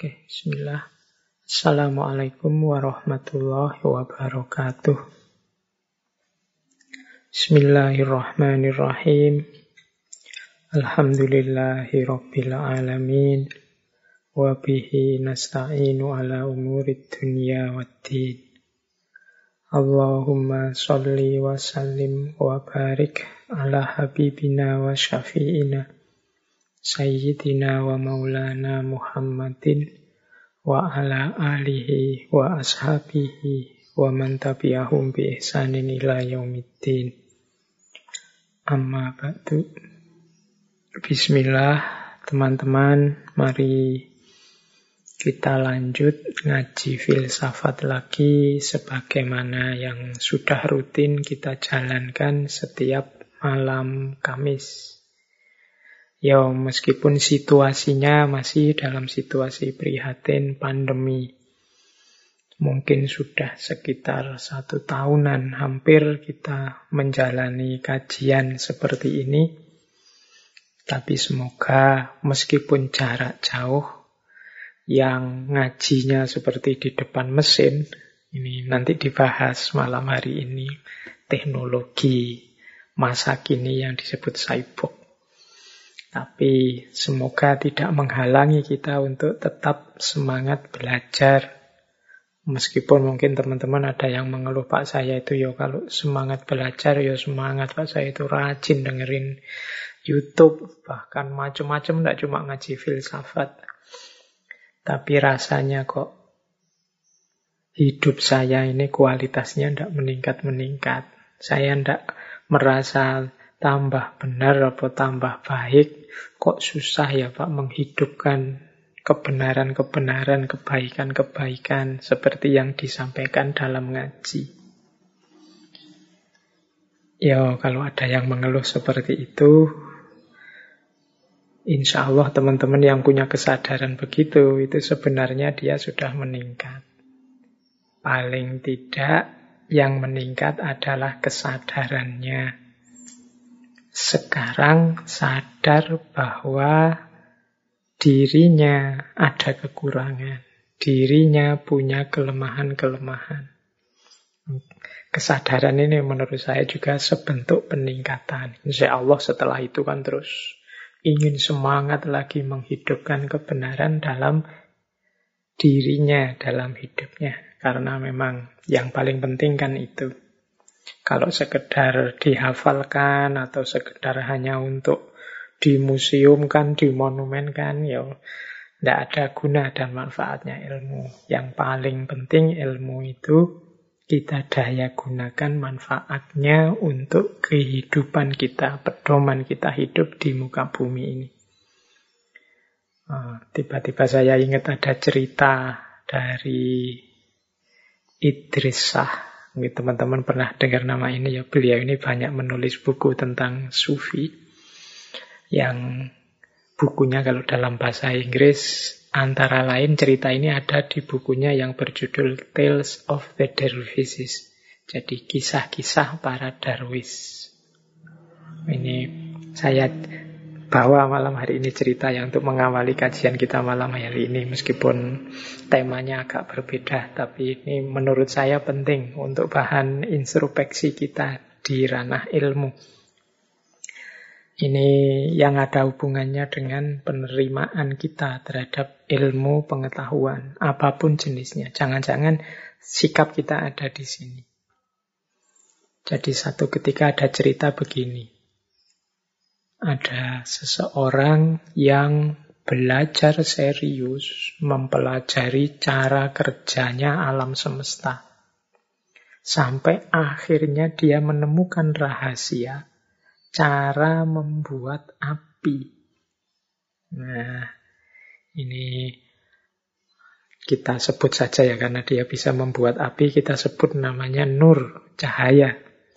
Oke, bismillah. Assalamualaikum warahmatullahi wabarakatuh. Bismillahirrahmanirrahim. Alhamdulillahi rabbil alamin. Wa bihi nasta'inu ala umurid dunya waddin. Allahumma salli wa sallim wa barik ala habibina wa syafi'ina Sayyidina wa maulana Muhammadin wa ala alihi wa ashabihi wa man tabi'ahum bi ihsanin ila yaumiddin. Amma ba'du. Bismillah, teman-teman, mari kita lanjut ngaji filsafat lagi sebagaimana yang sudah rutin kita jalankan setiap malam Kamis. Ya, meskipun situasinya masih dalam situasi prihatin pandemi. Mungkin sudah sekitar 1 tahunan hampir kita menjalani kajian seperti ini. Tapi semoga meskipun jarak jauh, yang ngajinya seperti di depan mesin, ini nanti dibahas malam hari ini, teknologi masa kini yang disebut cyborg. Tapi semoga tidak menghalangi kita untuk tetap semangat belajar. Meskipun mungkin teman-teman ada yang mengeluh, Pak saya itu ya kalau semangat belajar ya semangat, Pak saya itu rajin dengerin YouTube, bahkan macam-macam, tidak cuma ngaji filsafat. Tapi rasanya kok hidup saya ini kualitasnya tidak meningkat-meningkat. Saya tidak merasa tambah benar atau tambah baik. Kok susah ya Pak menghidupkan kebenaran-kebenaran, kebaikan-kebaikan seperti yang disampaikan dalam ngaji. Ya, kalau ada yang mengeluh seperti itu, insya Allah teman-teman yang punya kesadaran begitu, itu sebenarnya dia sudah meningkat. Paling tidak yang meningkat adalah kesadarannya. Sekarang sadar bahwa dirinya ada kekurangan, dirinya punya kelemahan-kelemahan. Kesadaran ini menurut saya juga sebentuk peningkatan. Insya Allah setelah itu kan terus ingin semangat lagi menghidupkan kebenaran dalam dirinya, dalam hidupnya. Karena memang yang paling penting kan itu. Kalau sekedar dihafalkan atau sekedar hanya untuk dimuseumkan, dimonumenkan, ya tidak ada guna dan manfaatnya ilmu. Yang paling penting ilmu itu kita daya gunakan manfaatnya untuk kehidupan kita, pedoman kita hidup di muka bumi ini. Tiba-tiba saya ingat ada cerita dari Idris Shah. Mungkin teman-teman pernah dengar nama ini ya. Beliau ini banyak menulis buku tentang sufi. Yang bukunya kalau dalam bahasa Inggris, antara lain cerita ini ada di bukunya yang berjudul Tales of the Dervishes. Jadi kisah-kisah para darwis. Ini saya bawa malam hari ini cerita yang untuk mengawali kajian kita malam hari ini. Meskipun temanya agak berbeda, tapi ini menurut saya penting untuk bahan introspeksi kita di ranah ilmu. Ini yang ada hubungannya dengan penerimaan kita terhadap ilmu pengetahuan, apapun jenisnya. Jangan-jangan sikap kita ada di sini. Jadi satu ketika ada cerita begini. Ada seseorang yang belajar serius mempelajari cara kerjanya alam semesta. Sampai akhirnya dia menemukan rahasia cara membuat api. Nah, ini kita sebut saja ya, karena dia bisa membuat api, kita sebut namanya nur, cahaya.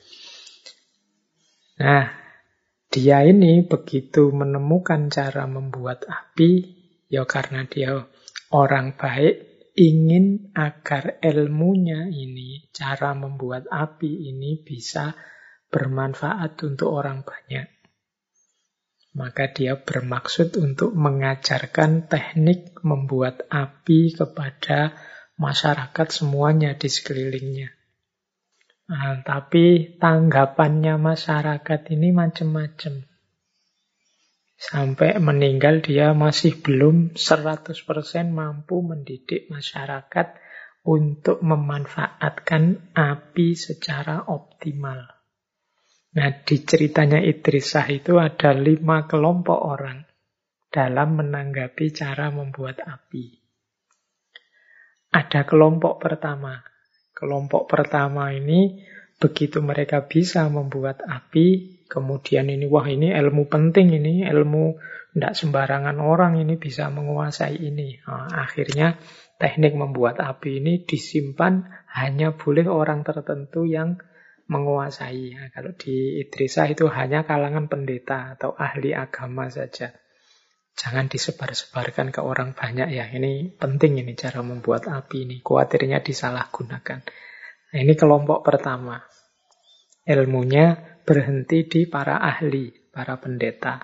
Nah, dia ini begitu menemukan cara membuat api, ya karena dia orang baik, ingin agar ilmunya ini, cara membuat api ini bisa bermanfaat untuk orang banyak. Maka dia bermaksud untuk mengajarkan teknik membuat api kepada masyarakat semuanya di sekelilingnya. Nah, tapi tanggapannya masyarakat ini macam-macam. Sampai meninggal dia masih belum 100% mampu mendidik masyarakat untuk memanfaatkan api secara optimal. Nah, di ceritanya Idrisah itu ada 5 kelompok orang dalam menanggapi cara membuat api. Ada kelompok pertama. Kelompok pertama ini begitu mereka bisa membuat api, kemudian ini, wah ini ilmu penting, ini ilmu tidak sembarangan orang ini bisa menguasai ini. Nah, akhirnya teknik membuat api ini disimpan hanya boleh orang tertentu yang menguasai. Nah, kalau di Idrisah itu hanya kalangan pendeta atau ahli agama saja. Jangan disebar-sebarkan ke orang banyak ya. Ini penting ini cara membuat api ini. Khawatirnya disalahgunakan. Nah, ini kelompok pertama. Ilmunya berhenti di para ahli, para pendeta.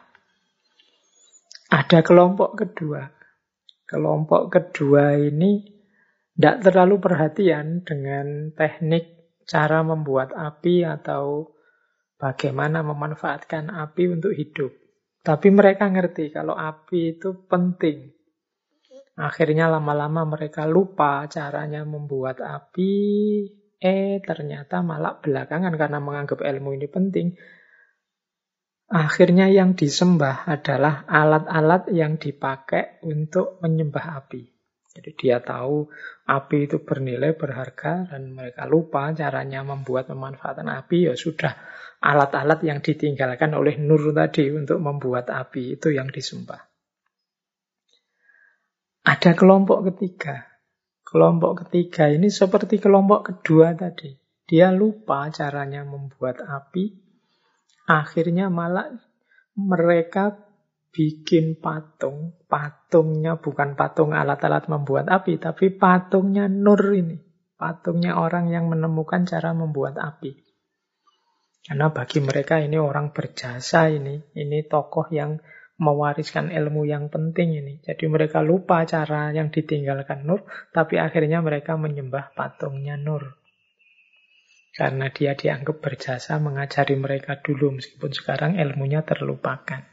Ada kelompok kedua. Kelompok kedua ini tidak terlalu perhatian dengan teknik cara membuat api atau bagaimana memanfaatkan api untuk hidup. Tapi mereka ngerti kalau api itu penting. Akhirnya lama-lama mereka lupa caranya membuat api. Ternyata malah belakangan karena menganggap ilmu ini penting. Akhirnya yang disembah adalah alat-alat yang dipakai untuk menyembah api. Jadi dia tahu api itu bernilai, berharga, dan mereka lupa caranya memanfaatkan api, ya sudah. Alat-alat yang ditinggalkan oleh Nur tadi untuk membuat api, itu yang disembah. Ada kelompok ketiga. Kelompok ketiga ini seperti kelompok kedua tadi. Dia lupa caranya membuat api, akhirnya malah mereka bikin patung. Patungnya bukan patung alat-alat membuat api, tapi patungnya Nur ini. Patungnya orang yang menemukan cara membuat api. Karena bagi mereka ini orang berjasa ini. Ini tokoh yang mewariskan ilmu yang penting ini. Jadi mereka lupa cara yang ditinggalkan Nur, tapi akhirnya mereka menyembah patungnya Nur. Karena dia dianggap berjasa mengajari mereka dulu, meskipun sekarang ilmunya terlupakan.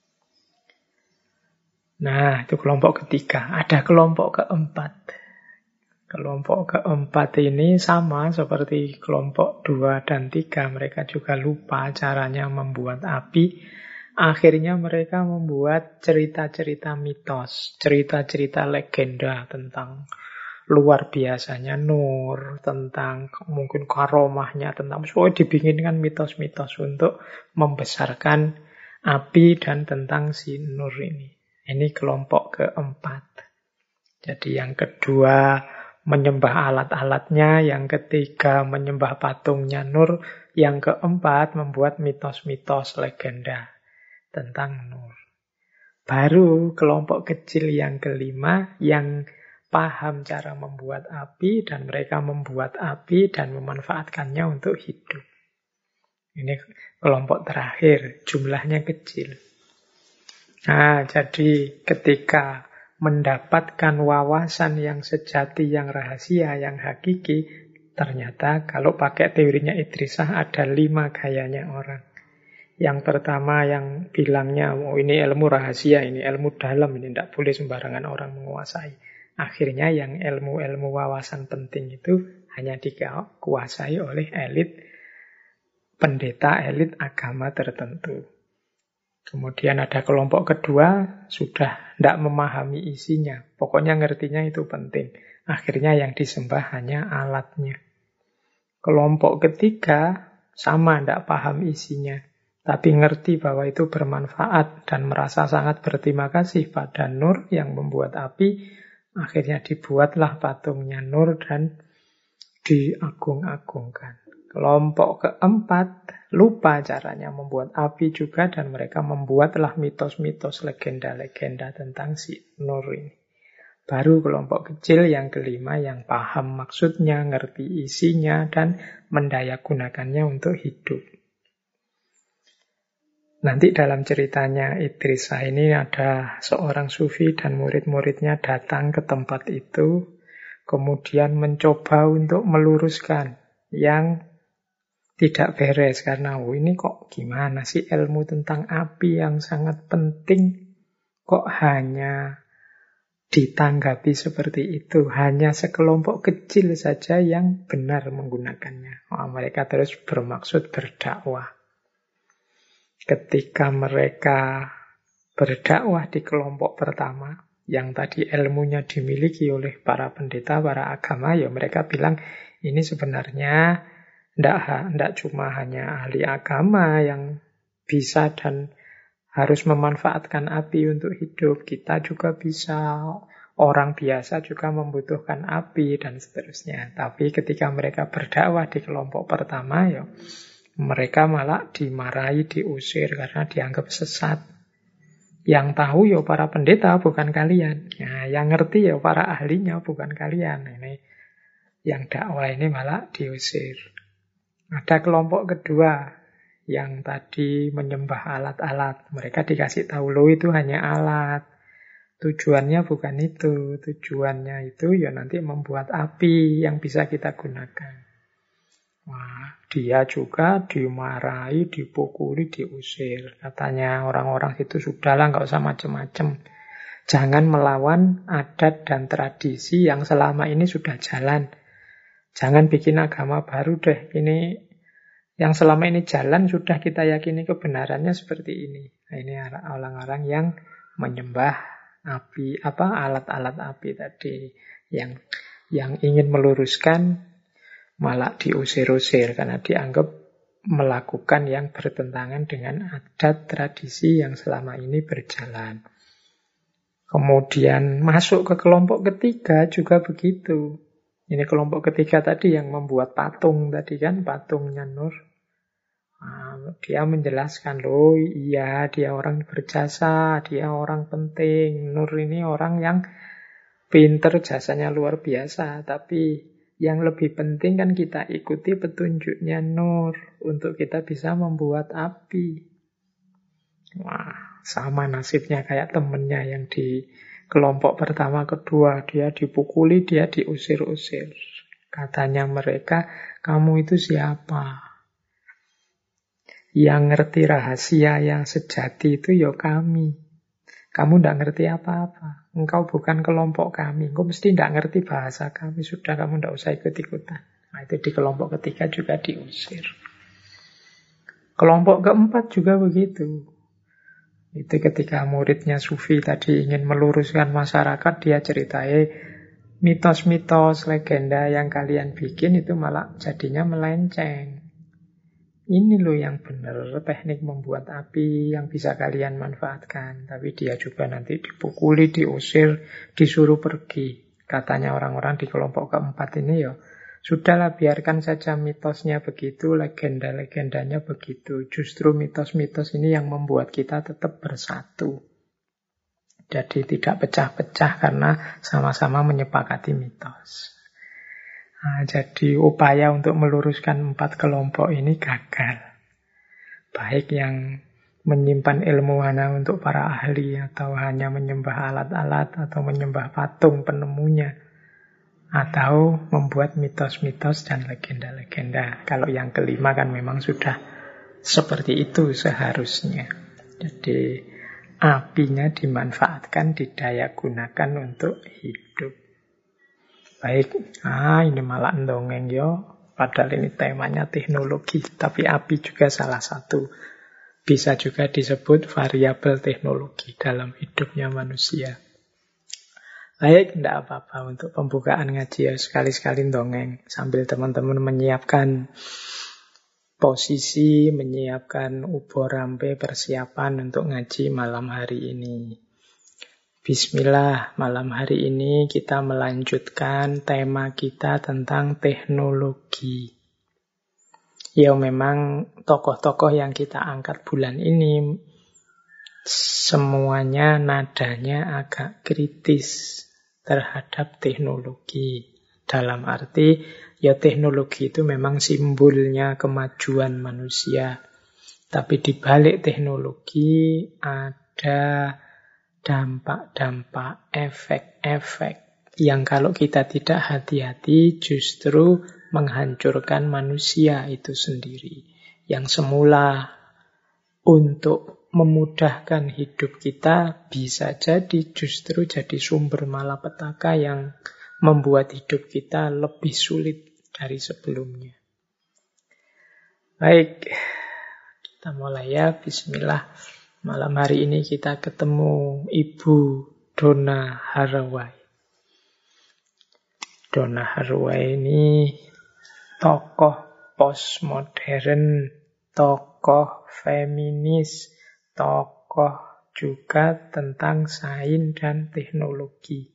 Nah, itu kelompok ketiga. Ada kelompok keempat. Kelompok keempat ini sama seperti kelompok 2 dan 3. Mereka juga lupa caranya membuat api. Akhirnya mereka membuat cerita-cerita mitos, cerita-cerita legenda tentang luar biasanya Nur, tentang mungkin karomahnya, tentang semuanya dibikinkan mitos-mitos untuk membesarkan api dan tentang si Nur ini. Ini kelompok keempat. Jadi yang kedua menyembah alat-alatnya, yang ketiga menyembah patungnya Nur, yang keempat membuat mitos-mitos legenda tentang Nur. Baru kelompok kecil yang kelima yang paham cara membuat api dan mereka membuat api dan memanfaatkannya untuk hidup. Ini kelompok terakhir, jumlahnya kecil. Nah, jadi ketika mendapatkan wawasan yang sejati, yang rahasia, yang hakiki, ternyata kalau pakai teorinya Idrisah ada 5 gayanya orang. Yang pertama yang bilangnya, oh ini ilmu rahasia, ini ilmu dalam, ini tidak boleh sembarangan orang menguasai. Akhirnya yang ilmu-ilmu wawasan penting itu hanya dikuasai oleh elit pendeta, elit agama tertentu. Kemudian ada kelompok kedua, sudah tidak memahami isinya. Pokoknya ngertinya itu penting. Akhirnya yang disembah hanya alatnya. Kelompok ketiga, sama tidak paham isinya. Tapi ngerti bahwa itu bermanfaat dan merasa sangat berterima kasih pada Nur yang membuat api. Akhirnya dibuatlah patungnya Nur dan diagung-agungkan. Kelompok keempat lupa caranya membuat api juga dan mereka membuatlah mitos-mitos, legenda-legenda tentang si Nur ini. Baru kelompok kecil yang kelima yang paham maksudnya, ngerti isinya dan mendayagunakannya untuk hidup. Nanti dalam ceritanya Idrisah ini ada seorang sufi dan murid-muridnya datang ke tempat itu, kemudian mencoba untuk meluruskan yang tidak beres. Karena ini kok gimana sih ilmu tentang api yang sangat penting, kok hanya ditanggapi seperti itu. Hanya sekelompok kecil saja yang benar menggunakannya. Mereka terus bermaksud berdakwah. Ketika mereka berdakwah di kelompok pertama, yang tadi ilmunya dimiliki oleh para pendeta, para agama, ya mereka bilang ini sebenarnya tidak cuma hanya ahli agama yang bisa dan harus memanfaatkan api untuk hidup. Kita juga bisa, orang biasa juga membutuhkan api dan seterusnya. Tapi ketika mereka berdakwah di kelompok pertama, ya mereka malah dimarahi, diusir karena dianggap sesat. Yang tahu ya para pendeta, bukan kalian. Nah, yang ngerti ya para ahlinya, bukan kalian. Ini yang dakwah ini malah diusir. Ada kelompok kedua yang tadi menyembah alat-alat. Mereka dikasih tahu, loh itu hanya alat. Tujuannya bukan itu. Tujuannya itu ya nanti membuat api yang bisa kita gunakan. Wah, dia juga dimarahi, dipukuli, diusir. Katanya orang-orang itu sudahlah, nggak usah macem-macem. Jangan melawan adat dan tradisi yang selama ini sudah jalan. Jangan bikin agama baru deh. Ini yang selama ini jalan sudah kita yakini kebenarannya seperti ini. Nah, ini orang-orang yang menyembah api, alat-alat api tadi, yang ingin meluruskan malah diusir-usir karena dianggap melakukan yang bertentangan dengan adat tradisi yang selama ini berjalan. Kemudian masuk ke kelompok ketiga juga begitu. Ini kelompok ketiga tadi yang membuat patung tadi kan, patungnya Nur. Nah, dia menjelaskan, loh iya dia orang berjasa, dia orang penting. Nur ini orang yang pinter, jasanya luar biasa. Tapi yang lebih penting kan kita ikuti petunjuknya Nur untuk kita bisa membuat api. Wah, sama nasibnya kayak temennya yang di kelompok pertama, kedua. Dia dipukuli, dia diusir-usir. Katanya mereka, kamu itu siapa? Yang ngerti rahasia yang sejati itu ya kami. Kamu tidak ngerti apa-apa. Engkau bukan kelompok kami. Engkau mesti tidak ngerti bahasa kami. Sudah, kamu tidak usah ikut-ikutan. Nah, itu di kelompok ketiga juga diusir. Kelompok keempat juga begitu. Itu ketika muridnya Sufi tadi ingin meluruskan masyarakat, dia ceritai mitos-mitos, legenda yang kalian bikin itu malah jadinya melenceng. Ini loh yang benar, teknik membuat api yang bisa kalian manfaatkan. Tapi dia juga nanti dipukuli, diusir, disuruh pergi. Katanya orang-orang di kelompok keempat ini ya, sudahlah biarkan saja mitosnya begitu, legenda-legendanya begitu. Justru mitos-mitos ini yang membuat kita tetap bersatu. Jadi tidak pecah-pecah karena sama-sama menyepakati mitos. Nah, jadi upaya untuk meluruskan 4 kelompok ini gagal. Baik yang menyimpan ilmu hanya untuk para ahli, atau hanya menyembah alat-alat, atau menyembah patung penemunya, atau membuat mitos-mitos dan legenda-legenda. Kalau yang kelima kan memang sudah seperti itu seharusnya. Jadi apinya dimanfaatkan, didaya gunakan untuk hidup. Baik, ini malah ndongeng yo. Padahal ini temanya teknologi, tapi api juga salah satu. Bisa juga disebut variabel teknologi dalam hidupnya manusia. Baik, tidak apa-apa untuk pembukaan ngaji ya. Sekali-sekali ndongeng sambil teman-teman menyiapkan posisi, menyiapkan ubo rampe persiapan untuk ngaji malam hari ini. Bismillah, malam hari ini kita melanjutkan tema kita tentang teknologi. Ya memang tokoh-tokoh yang kita angkat bulan ini semuanya nadanya agak kritis terhadap teknologi. Dalam arti, ya teknologi itu memang simbolnya kemajuan manusia. Tapi di balik teknologi ada dampak-dampak, efek-efek yang kalau kita tidak hati-hati justru menghancurkan manusia itu sendiri. Yang semula untuk memudahkan hidup kita bisa jadi justru jadi sumber malapetaka yang membuat hidup kita lebih sulit dari sebelumnya. Baik, kita mulai ya, bismillah. Malam hari ini kita ketemu Ibu Donna Haraway. Donna Haraway ini tokoh postmodern, tokoh feminis, tokoh juga tentang sains dan teknologi.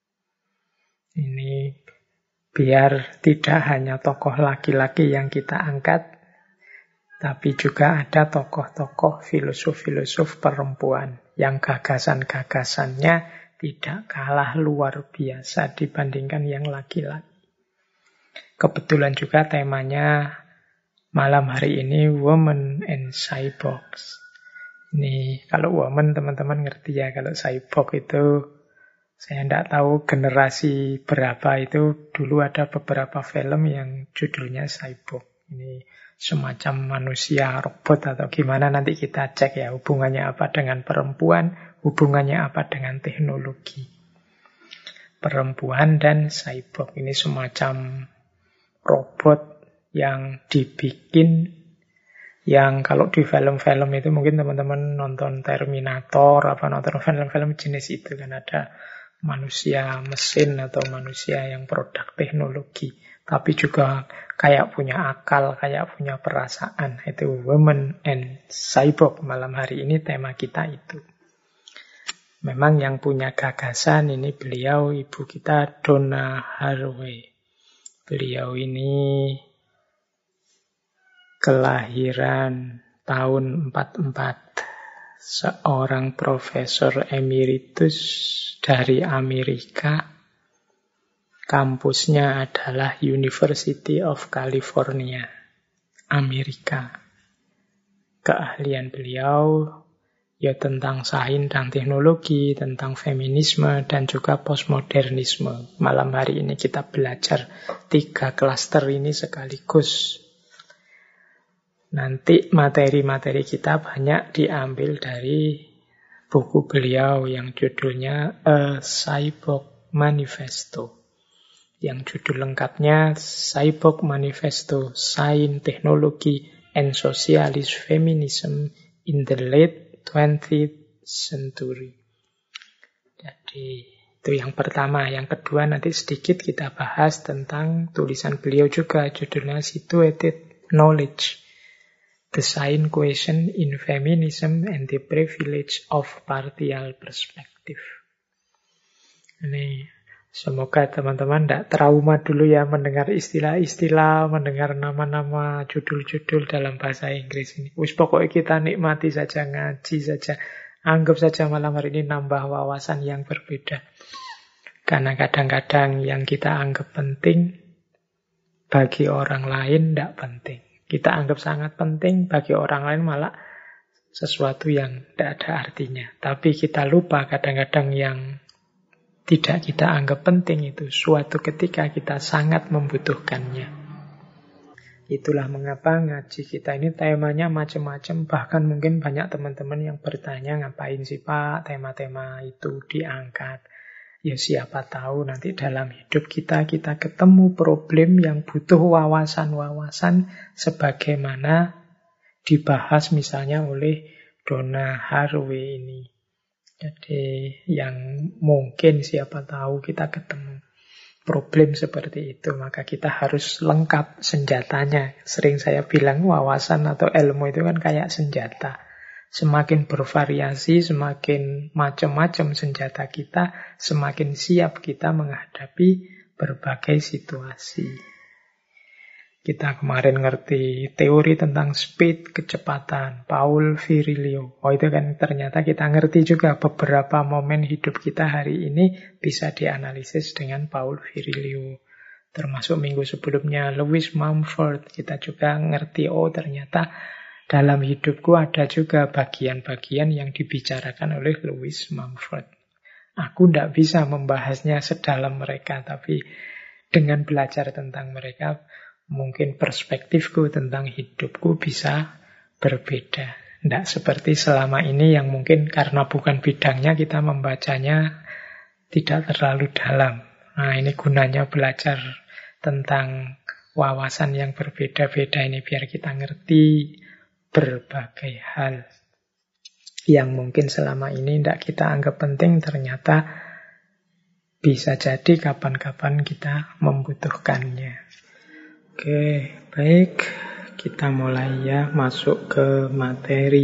Ini biar tidak hanya tokoh laki-laki yang kita angkat, tapi juga ada tokoh-tokoh filosof-filosof perempuan yang gagasan-gagasannya tidak kalah luar biasa dibandingkan yang laki-laki. Kebetulan juga temanya malam hari ini Women and Cyborgs. Ini kalau woman teman-teman ngerti ya, kalau cyborg itu saya tidak tahu generasi berapa itu, dulu ada beberapa film yang judulnya cyborg. Ini semacam manusia robot atau gimana, nanti kita cek ya hubungannya apa dengan perempuan, hubungannya apa dengan teknologi. Perempuan dan cyborg ini semacam robot yang dibikin, yang kalau di film-film itu mungkin teman-teman nonton Terminator, nonton film-film jenis itu kan ada manusia mesin atau manusia yang produk teknologi, tapi juga kayak punya akal, kayak punya perasaan. Itu Women and Cyborg. Malam hari ini tema kita itu. Memang yang punya gagasan ini beliau, ibu kita Donna Haraway. Beliau ini kelahiran tahun 44. Seorang profesor emeritus dari Amerika. Kampusnya adalah University of California, Amerika. Keahlian beliau ya tentang sains dan teknologi, tentang feminisme, dan juga postmodernisme. Malam hari ini kita belajar 3 klaster ini sekaligus. Nanti materi-materi kita banyak diambil dari buku beliau yang judulnya A Cyborg Manifesto. Yang judul lengkapnya Cyborg Manifesto, Science, Technology, and Socialist Feminism in the Late 20th Century. Jadi itu yang pertama. Yang kedua nanti sedikit kita bahas tentang tulisan beliau juga, judulnya Situated Knowledge, The Science Question in Feminism and the Privilege of Partial Perspective. Ini semoga teman-teman tidak trauma dulu ya mendengar istilah-istilah, mendengar nama-nama, judul-judul dalam bahasa Inggris ini. Pokoknya kita nikmati saja, ngaji saja. Anggap saja malam hari ini nambah wawasan yang berbeda. Karena kadang-kadang yang kita anggap penting, bagi orang lain tidak penting. Kita anggap sangat penting, bagi orang lain malah sesuatu yang tidak ada artinya. Tapi kita lupa kadang-kadang yang tidak kita anggap penting itu suatu ketika kita sangat membutuhkannya. Itulah mengapa ngaji kita ini temanya macam-macam. Bahkan mungkin banyak teman-teman yang bertanya, ngapain sih Pak tema-tema itu diangkat? Ya siapa tahu nanti dalam hidup kita ketemu problem yang butuh wawasan-wawasan sebagaimana dibahas misalnya oleh Donna Haraway ini. Jadi yang mungkin siapa tahu kita ketemu problem seperti itu, maka kita harus lengkap senjatanya. Sering saya bilang wawasan atau ilmu itu kan kayak senjata. Semakin bervariasi, semakin macam-macam senjata kita, semakin siap kita menghadapi berbagai situasi. Kita kemarin ngerti teori tentang speed, kecepatan, Paul Virilio. Oh itu kan ternyata kita ngerti juga beberapa momen hidup kita hari ini bisa dianalisis dengan Paul Virilio. Termasuk minggu sebelumnya Lewis Mumford. Kita juga ngerti, oh ternyata dalam hidupku ada juga bagian-bagian yang dibicarakan oleh Louis Mumford. Aku tidak bisa membahasnya sedalam mereka, tapi dengan belajar tentang mereka, mungkin perspektifku tentang hidupku bisa berbeda. Tidak seperti selama ini yang mungkin karena bukan bidangnya kita membacanya tidak terlalu dalam. Nah, ini gunanya belajar tentang wawasan yang berbeda-beda ini biar kita ngerti berbagai hal yang mungkin selama ini tidak kita anggap penting, ternyata bisa jadi kapan-kapan kita membutuhkannya. Oke, baik. Kita mulai ya, masuk ke materi.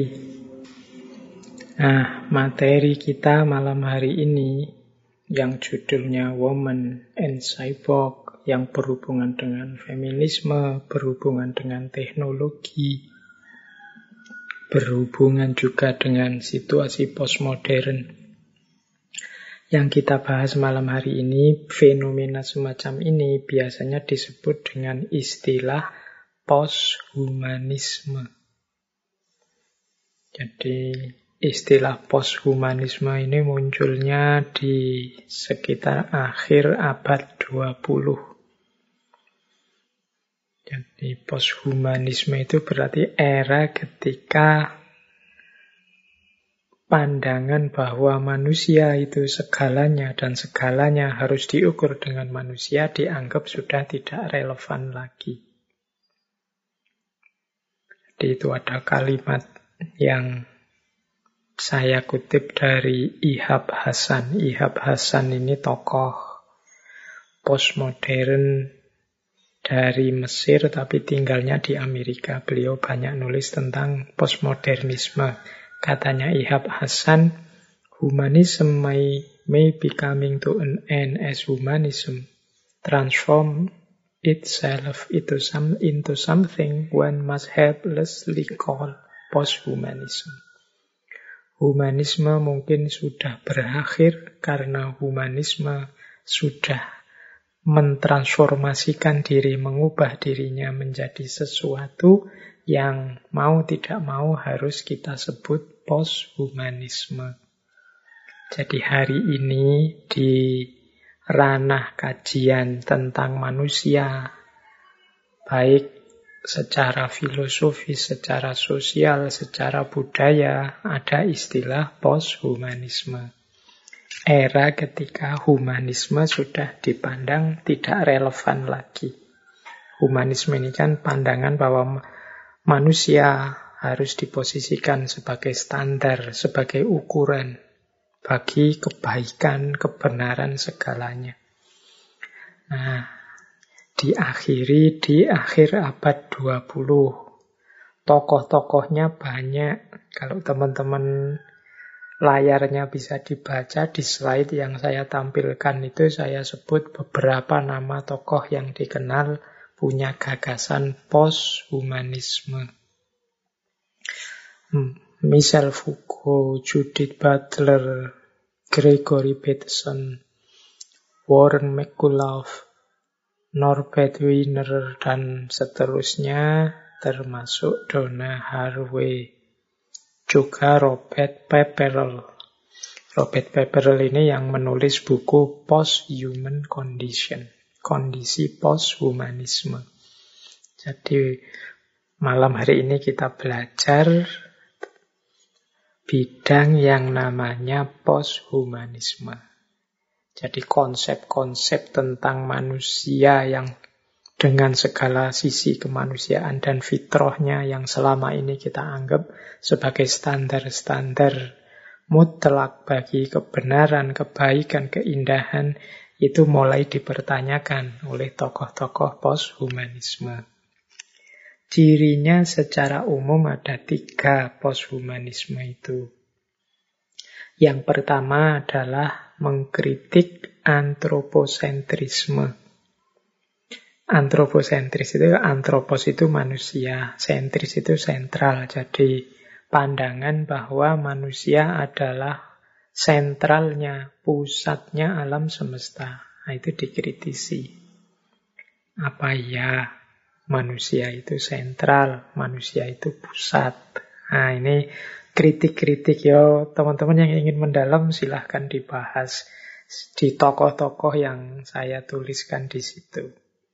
Nah, materi kita malam hari ini yang judulnya Woman and Cyborg, yang berhubungan dengan feminisme, berhubungan dengan teknologi, berhubungan juga dengan situasi postmodern. Yang kita bahas malam hari ini, fenomena semacam ini biasanya disebut dengan istilah posthumanisme. Jadi istilah posthumanisme ini munculnya di sekitar akhir abad 20. Jadi posthumanisme itu berarti era ketika pandangan bahwa manusia itu segalanya dan segalanya harus diukur dengan manusia dianggap sudah tidak relevan lagi. Jadi itu ada kalimat yang saya kutip dari Ihab Hasan. Ihab Hasan ini tokoh postmodern dari Mesir tapi tinggalnya di Amerika. Beliau banyak nulis tentang postmodernisme. Katanya Ihab Hasan, humanism may be coming to an end as humanism transform itself into something one must helplessly call posthumanism. Humanisme mungkin sudah berakhir karena humanisme sudah mentransformasikan diri, mengubah dirinya menjadi sesuatu yang mau tidak mau harus kita sebut posthumanisme. Jadi hari ini di ranah kajian tentang manusia, baik secara filosofis, secara sosial, secara budaya, ada istilah posthumanisme. Era ketika humanisme sudah dipandang tidak relevan lagi. Humanisme ini kan pandangan bahwa manusia harus diposisikan sebagai standar, sebagai ukuran bagi kebaikan, kebenaran segalanya. Nah, diakhiri di akhir abad 20. Tokoh-tokohnya banyak. Kalau teman-teman layarnya bisa dibaca di slide yang saya tampilkan itu, saya sebut beberapa nama tokoh yang dikenal punya gagasan posthumanisme. Michel Foucault, Judith Butler, Gregory Bateson, Warren McCullough, Norbert Wiener, dan seterusnya, termasuk Donna Haraway, juga Robert Pepperell. Robert Pepperell ini yang menulis buku Post-Human Condition, kondisi posthumanisme. Jadi malam hari ini kita belajar bidang yang namanya posthumanisme. Jadi konsep-konsep tentang manusia yang dengan segala sisi kemanusiaan dan fitrahnya yang selama ini kita anggap sebagai standar-standar mutlak bagi kebenaran, kebaikan, keindahan, itu mulai dipertanyakan oleh tokoh-tokoh posthumanisme. Cirinya secara umum ada 3 posthumanisme itu. Yang pertama adalah mengkritik antroposentrisme. Antroposentris itu, antropos itu manusia, sentris itu sentral. Jadi pandangan bahwa manusia adalah sentralnya, pusatnya alam semesta. Nah, itu dikritisi. Apa ya Manusia itu sentral, manusia itu pusat. Nah, ini kritik-kritik ya teman-teman yang ingin mendalam silahkan dibahas di tokoh-tokoh yang saya tuliskan di situ.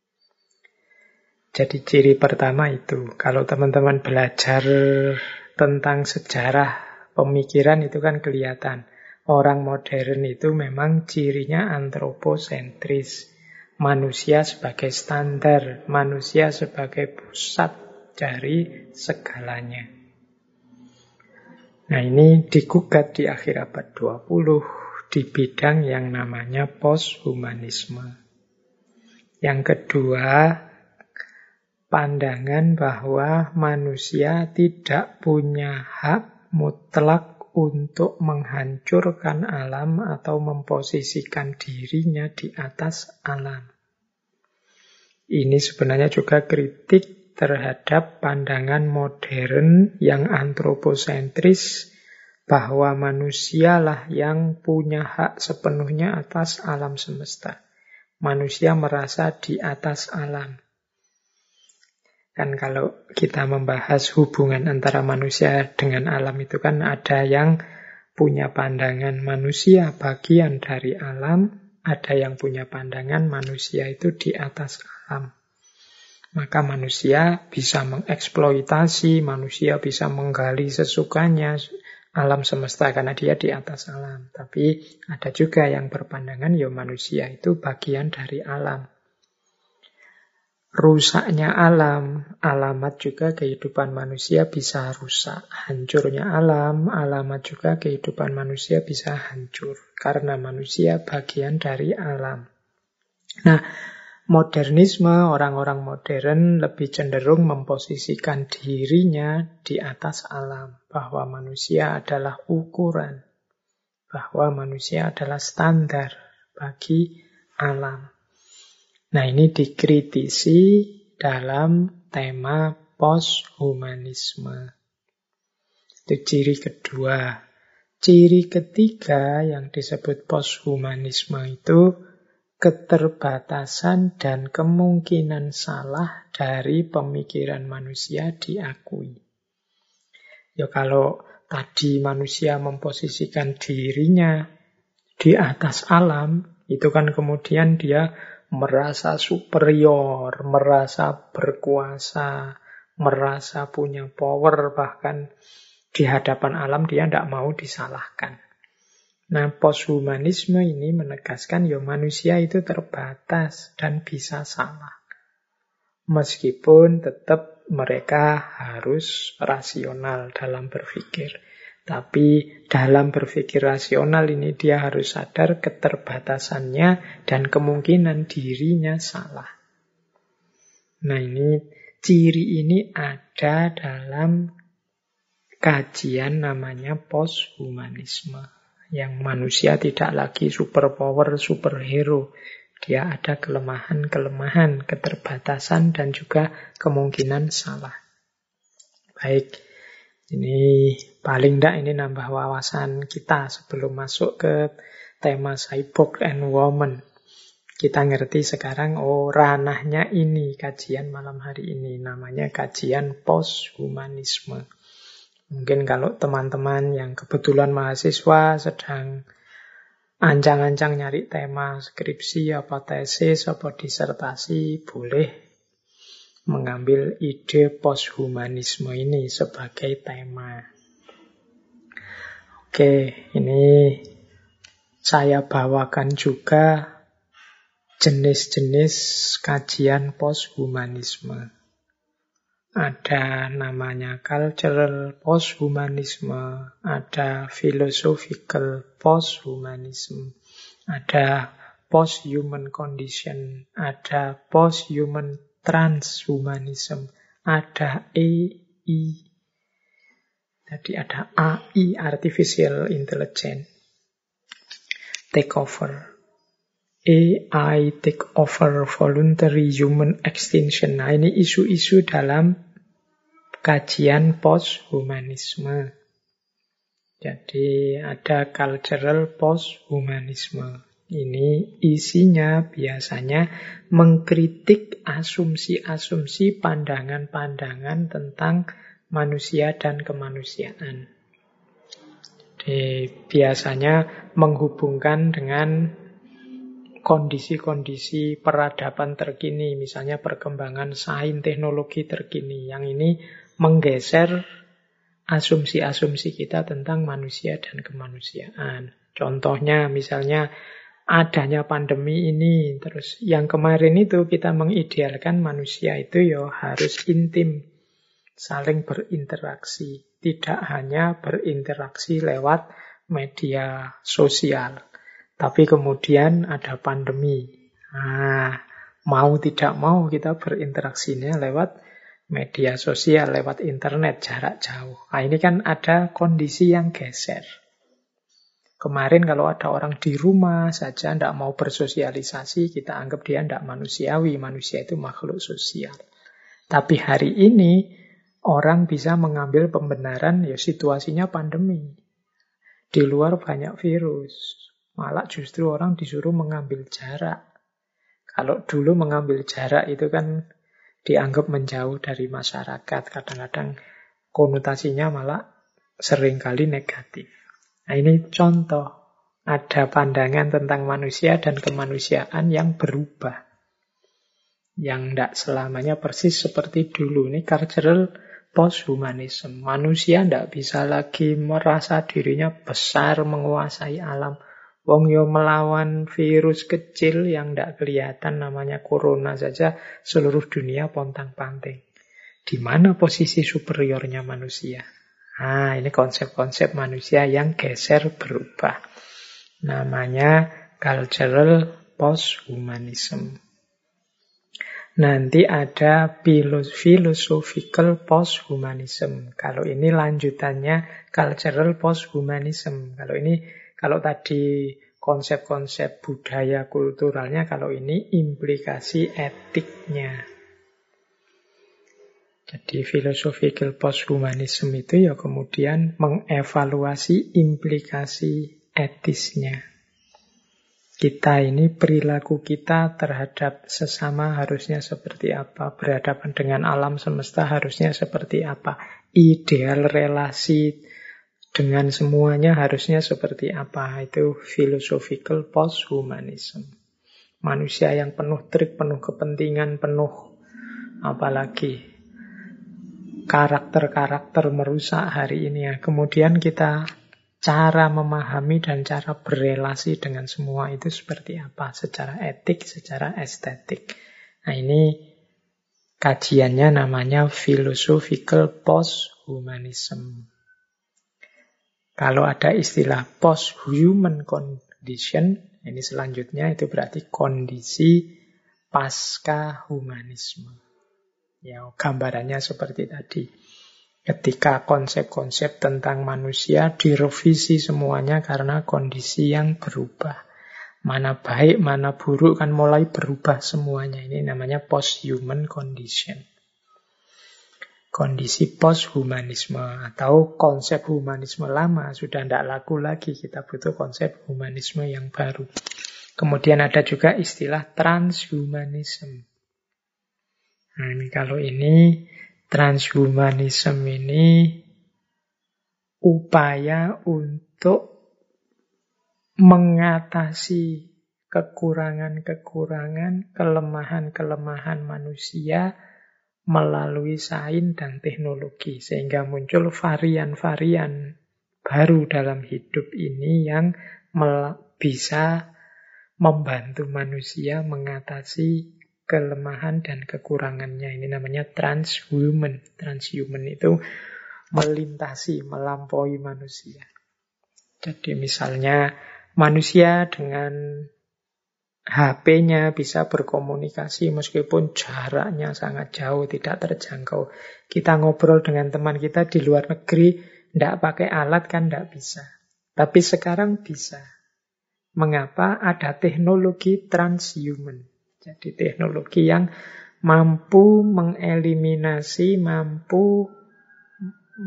Jadi ciri pertama itu, kalau teman-teman belajar tentang sejarah pemikiran itu kan kelihatan. Orang modern itu memang cirinya antroposentris. Manusia sebagai standar, manusia sebagai pusat dari segalanya. Nah, ini digugat di akhir abad 20 di bidang yang namanya posthumanisme. Yang kedua, pandangan bahwa manusia tidak punya hak mutlak untuk menghancurkan alam atau memposisikan dirinya di atas alam. Ini sebenarnya juga kritik terhadap pandangan modern yang antroposentris bahwa manusialah yang punya hak sepenuhnya atas alam semesta. Manusia merasa di atas alam. Kan kalau kita membahas hubungan antara manusia dengan alam itu kan ada yang punya pandangan manusia bagian dari alam, ada yang punya pandangan manusia itu di atas alam. Maka manusia bisa mengeksploitasi, manusia bisa menggali sesukanya alam semesta karena dia di atas alam. Tapi ada juga yang berpandangan ya manusia itu bagian dari alam. Rusaknya alam, alamat juga kehidupan manusia bisa rusak. Hancurnya alam, alamat juga kehidupan manusia bisa hancur. Karena manusia bagian dari alam. Nah, modernisme, orang-orang modern lebih cenderung memposisikan dirinya di atas alam. Bahwa manusia adalah ukuran. Bahwa manusia adalah standar bagi alam. Nah, ini dikritisi dalam tema posthumanisme. Itu ciri kedua. Ciri ketiga yang disebut posthumanisme itu keterbatasan dan kemungkinan salah dari pemikiran manusia diakui. Ya kalau tadi manusia memposisikan dirinya di atas alam, itu kan kemudian dia merasa superior, merasa berkuasa, merasa punya power, bahkan di hadapan alam dia tidak mau disalahkan. Nah, posthumanisme ini menegaskan ya manusia itu terbatas dan bisa salah. Meskipun tetap mereka harus rasional dalam berpikir. Tapi dalam berpikir rasional ini dia harus sadar keterbatasannya dan kemungkinan dirinya salah. Nah, ini ciri ini ada dalam kajian namanya posthumanisme. Yang manusia tidak lagi superpower, superhero. Dia ada kelemahan-kelemahan, keterbatasan dan juga kemungkinan salah. Baik. Ini paling tidak ini nambah wawasan kita sebelum masuk ke tema cyborg and woman. Kita ngerti sekarang, oh ranahnya ini kajian malam hari ini. Namanya kajian posthumanisme. Mungkin kalau teman-teman yang kebetulan mahasiswa sedang ancang-ancang nyari tema skripsi, apa tesis, apa disertasi, boleh mengambil ide posthumanisme ini sebagai tema. Oke, ini saya bawakan juga jenis-jenis kajian posthumanisme. Ada namanya cultural posthumanisme, ada philosophical posthumanism, ada post-human condition, ada post-human transhumanism, ada AI. Jadi ada AI, Artificial Intelligence, takeover. AI takeover, voluntary human extinction. Nah, ini isu-isu dalam kajian posthumanisme. Jadi ada cultural posthumanisme. Ini isinya biasanya mengkritik asumsi-asumsi, pandangan-pandangan tentang manusia dan kemanusiaan. Jadi biasanya menghubungkan dengan kondisi-kondisi peradaban terkini, misalnya perkembangan sains teknologi terkini. Yang ini menggeser asumsi-asumsi kita tentang manusia dan kemanusiaan. Contohnya misalnya adanya pandemi ini, terus yang kemarin itu kita mengidealkan manusia itu ya harus intim, saling berinteraksi, tidak hanya berinteraksi lewat media sosial. Tapi kemudian ada pandemi. Nah, mau tidak mau kita berinteraksinya lewat media sosial, lewat internet, jarak jauh. Nah, ini kan ada kondisi yang geser. Kemarin kalau ada orang di rumah saja tidak mau bersosialisasi, kita anggap dia tidak manusiawi. Manusia itu makhluk sosial. Tapi hari ini orang bisa mengambil pembenaran, ya situasinya pandemi. Di luar banyak virus. Malah justru orang disuruh mengambil jarak. Kalau dulu mengambil jarak itu kan dianggap menjauh dari masyarakat. Kadang-kadang konotasinya malah seringkali negatif. Nah, ini contoh. Ada pandangan tentang manusia dan kemanusiaan yang berubah. Yang tidak selamanya persis seperti dulu. Ini cultural posthumanism. Manusia tidak bisa lagi merasa dirinya besar menguasai alam. Wong yo melawan virus kecil yang tidak kelihatan namanya corona saja seluruh dunia pontang-panting. Di mana posisi superiornya manusia? Nah, ini konsep-konsep manusia yang geser berubah. Namanya cultural posthumanism. Nanti ada philosophical posthumanism. Kalau ini lanjutannya cultural posthumanism. Kalau tadi konsep-konsep budaya kulturalnya, kalau ini implikasi etiknya. Jadi philosophical posthumanism itu ya kemudian mengevaluasi implikasi etisnya. Kita ini perilaku kita terhadap sesama harusnya seperti apa, berhadapan dengan alam semesta harusnya seperti apa, ideal relasi dengan semuanya harusnya seperti apa. Itu philosophical posthumanism. Manusia yang penuh trik, penuh kepentingan, penuh apalagi karakter-karakter merusak hari ini. Kemudian kita cara memahami dan cara berelasi dengan semua itu seperti apa, secara etik, secara estetik. Nah, ini kajiannya namanya philosophical posthumanism. Kalau ada istilah post-human condition, ini selanjutnya itu berarti kondisi pasca humanisme. Ya, gambarannya seperti tadi. Ketika konsep-konsep tentang manusia direvisi semuanya karena kondisi yang berubah. Mana baik, mana buruk kan mulai berubah semuanya. Ini namanya post-human condition. Kondisi post-humanisme atau konsep humanisme lama sudah tidak laku lagi. Kita butuh konsep humanisme yang baru. Kemudian ada juga istilah transhumanism. Nah, kalau ini transhumanism ini upaya untuk mengatasi kekurangan-kekurangan, kelemahan-kelemahan manusia melalui sains dan teknologi, sehingga muncul varian-varian baru dalam hidup ini yang bisa membantu manusia mengatasi kelemahan dan kekurangannya. Ini namanya transhuman. Transhuman itu melintasi, melampaui manusia. Jadi misalnya manusia dengan HP-nya bisa berkomunikasi meskipun jaraknya sangat jauh, tidak terjangkau. Kita ngobrol dengan teman kita di luar negeri, tidak pakai alat kan tidak bisa. Tapi sekarang bisa. Mengapa? Ada teknologi transhuman. Jadi teknologi yang mampu mengeliminasi, mampu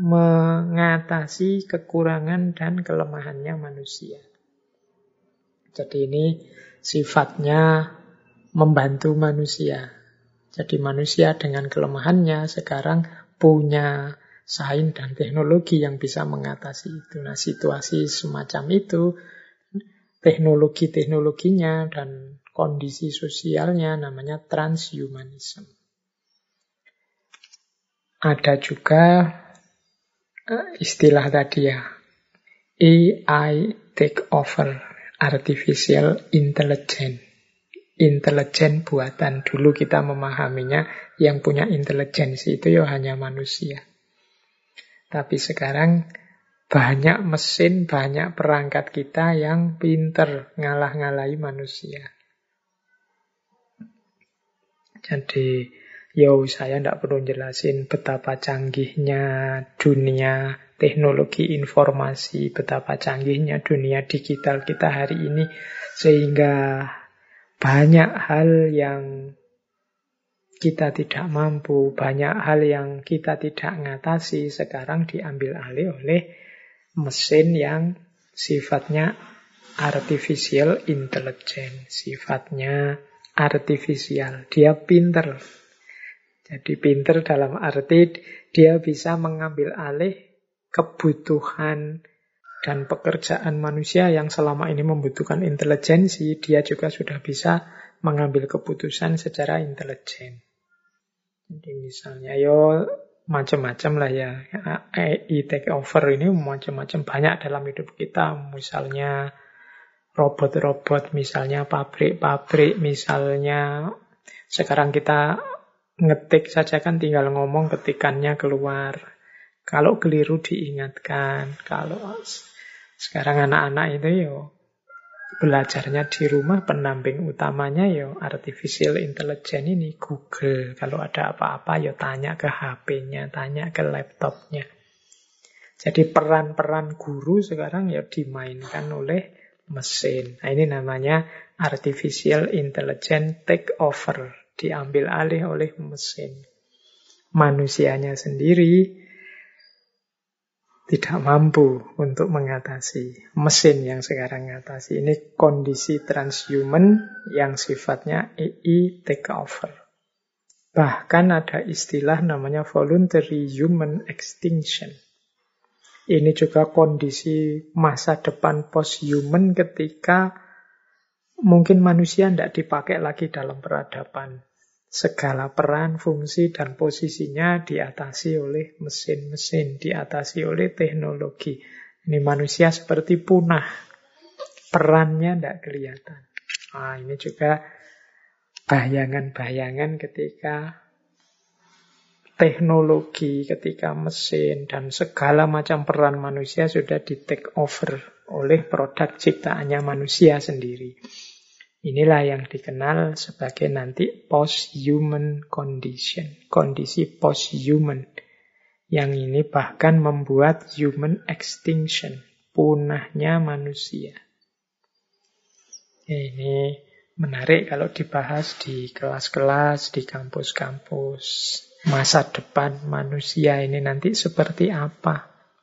mengatasi kekurangan dan kelemahannya manusia. Jadi ini sifatnya membantu manusia. Jadi manusia dengan kelemahannya sekarang punya sains dan teknologi yang bisa mengatasi itu. Nah, situasi semacam itu, teknologi-teknologinya dan kondisi sosialnya namanya transhumanism. Ada juga istilah tadi ya, AI take over, artificial intelligence. Intelijen buatan. Dulu kita memahaminya yang punya intelijensi itu ya hanya manusia. Tapi sekarang banyak mesin, banyak perangkat kita yang pinter ngalah-ngalahi manusia. Jadi, saya tidak perlu jelasin betapa canggihnya dunia teknologi informasi, betapa canggihnya dunia digital kita hari ini, sehingga banyak hal yang kita tidak mampu, banyak hal yang kita tidak ngatasi, sekarang diambil alih oleh mesin yang sifatnya artificial intelligence, sifatnya artifisial. Dia pinter. Jadi pinter dalam arti dia bisa mengambil alih kebutuhan dan pekerjaan manusia yang selama ini membutuhkan intelijensi, dia juga sudah bisa mengambil keputusan secara intelijen. Jadi misalnya, macam-macam lah ya. AI take over ini macam-macam, banyak dalam hidup kita. Misalnya robot-robot, misalnya pabrik-pabrik, misalnya sekarang kita ngetik saja kan tinggal ngomong, ketikannya keluar. Kalau keliru diingatkan. Kalau sekarang anak-anak itu belajarnya di rumah, pendamping utamanya artificial intelligence ini, Google. Kalau ada apa-apa tanya ke HP-nya, tanya ke laptopnya. Jadi peran-peran guru sekarang dimainkan oleh mesin. Nah, ini namanya artificial intelligence take over, diambil alih oleh mesin. Manusianya sendiri tidak mampu untuk mengatasi, mesin yang sekarang mengatasi. Ini kondisi transhuman yang sifatnya AI take over. Bahkan ada istilah namanya voluntary human extinction. Ini juga kondisi masa depan post-human ketika mungkin manusia tidak dipakai lagi dalam peradaban. Segala peran, fungsi, dan posisinya diatasi oleh mesin-mesin, diatasi oleh teknologi. Ini manusia seperti punah. Perannya tidak kelihatan. Nah, ini juga bayangan-bayangan ketika teknologi, ketika mesin, dan segala macam peran manusia sudah di-take over oleh produk ciptaannya manusia sendiri. Inilah yang dikenal sebagai nanti post-human condition, kondisi post-human. Yang ini bahkan membuat human extinction, punahnya manusia. Ini menarik kalau dibahas di kelas-kelas, di kampus-kampus. Masa depan manusia ini nanti seperti apa?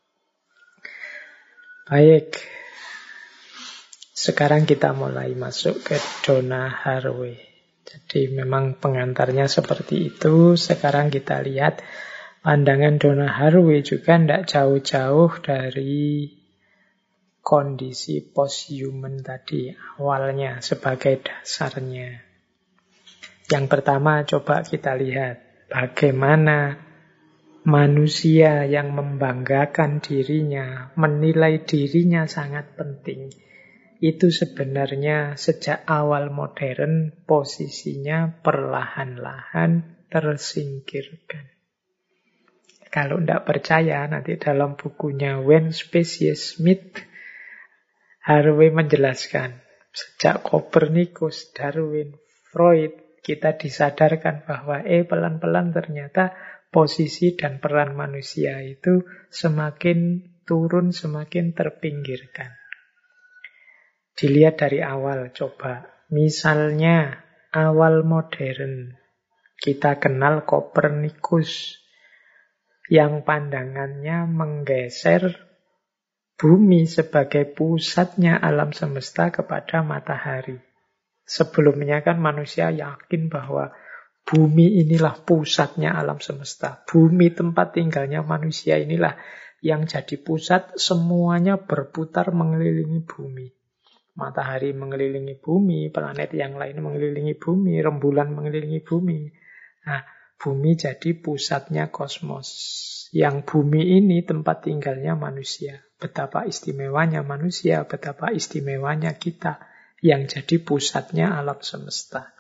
Baik. Sekarang kita mulai masuk ke Donna Haraway. Jadi memang pengantarnya seperti itu. Sekarang kita lihat pandangan Donna Haraway juga tidak jauh-jauh dari kondisi post-human tadi awalnya sebagai dasarnya. Yang pertama coba kita lihat bagaimana manusia yang membanggakan dirinya, menilai dirinya sangat penting. Itu sebenarnya sejak awal modern posisinya perlahan-lahan tersingkirkan. Kalau tidak percaya, nanti dalam bukunya When Species Meet, Haraway menjelaskan, sejak Copernicus, Darwin, Freud, kita disadarkan bahwa pelan-pelan ternyata posisi dan peran manusia itu semakin turun, semakin terpinggirkan. Dilihat dari awal, coba. Misalnya, awal modern. Kita kenal Copernicus yang pandangannya menggeser bumi sebagai pusatnya alam semesta kepada matahari. Sebelumnya kan manusia yakin bahwa bumi inilah pusatnya alam semesta. Bumi tempat tinggalnya manusia inilah yang jadi pusat, semuanya berputar mengelilingi bumi. Matahari mengelilingi bumi, planet yang lain mengelilingi bumi, rembulan mengelilingi bumi. Nah, bumi jadi pusatnya kosmos. Yang bumi ini tempat tinggalnya manusia. Betapa istimewanya manusia, betapa istimewanya kita yang jadi pusatnya alam semesta.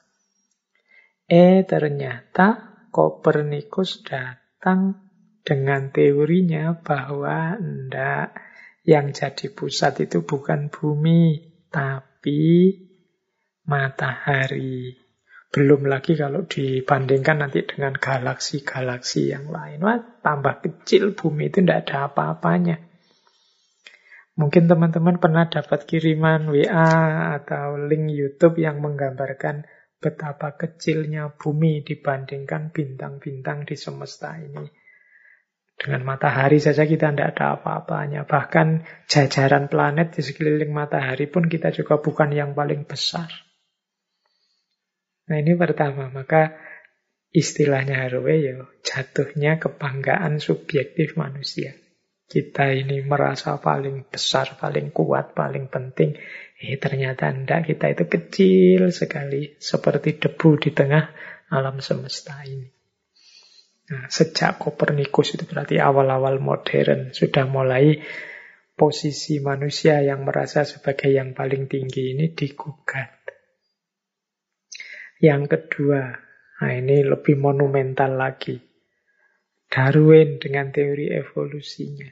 Ternyata Kopernikus datang dengan teorinya bahwa enggak, yang jadi pusat itu bukan bumi, tapi matahari. Belum lagi kalau dibandingkan nanti dengan galaksi-galaksi yang lain. Wah, tambah kecil bumi itu tidak ada apa-apanya. Mungkin teman-teman pernah dapat kiriman WA atau link YouTube yang menggambarkan betapa kecilnya bumi dibandingkan bintang-bintang di semesta ini. Dengan matahari saja kita tidak ada apa-apanya. Bahkan jajaran planet di sekeliling matahari pun kita juga bukan yang paling besar. Nah ini pertama, maka istilahnya Haraway ya jatuhnya kebanggaan subjektif manusia. Kita ini merasa paling besar, paling kuat, paling penting. Ternyata enggak, kita itu kecil sekali, seperti debu di tengah alam semesta ini. Nah, sejak Kopernikus itu berarti awal-awal modern, sudah mulai posisi manusia yang merasa sebagai yang paling tinggi ini digugat. Yang kedua, nah ini lebih monumental lagi. Darwin dengan teori evolusinya.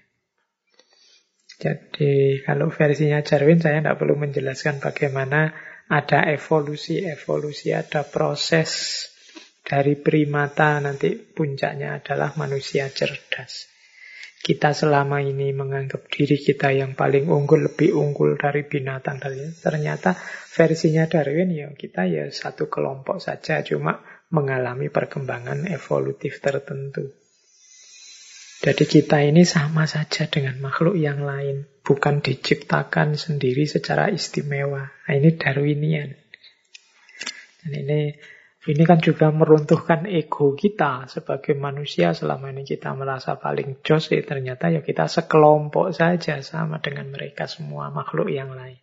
Jadi kalau versinya Darwin saya tidak perlu menjelaskan bagaimana ada evolusi, ada proses dari primata, nanti puncaknya adalah manusia cerdas. Kita selama ini menganggap diri kita yang paling unggul, lebih unggul dari binatang. Ternyata versinya Darwin ya kita ya satu kelompok saja, cuma mengalami perkembangan evolutif tertentu. Jadi kita ini sama saja dengan makhluk yang lain, bukan diciptakan sendiri secara istimewa. Nah, ini Darwinian. Dan ini kan juga meruntuhkan ego kita sebagai manusia. Selama ini kita merasa paling jos, ternyata ya kita sekelompok saja sama dengan mereka semua makhluk yang lain.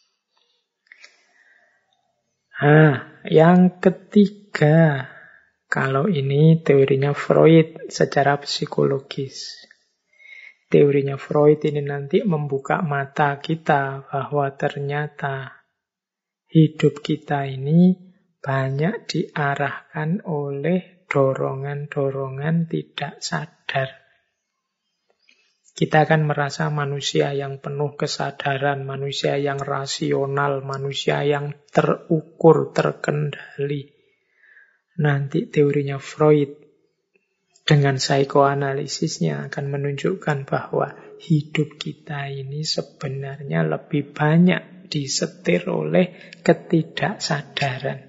Nah, yang ketiga, kalau ini teorinya Freud secara psikologis. Teorinya Freud ini nanti membuka mata kita bahwa ternyata hidup kita ini banyak diarahkan oleh dorongan-dorongan tidak sadar. Kita akan merasa manusia yang penuh kesadaran, manusia yang rasional, manusia yang terukur, terkendali. Nanti teorinya Freud dengan psikoanalisisnya akan menunjukkan bahwa hidup kita ini sebenarnya lebih banyak disetir oleh ketidaksadaran.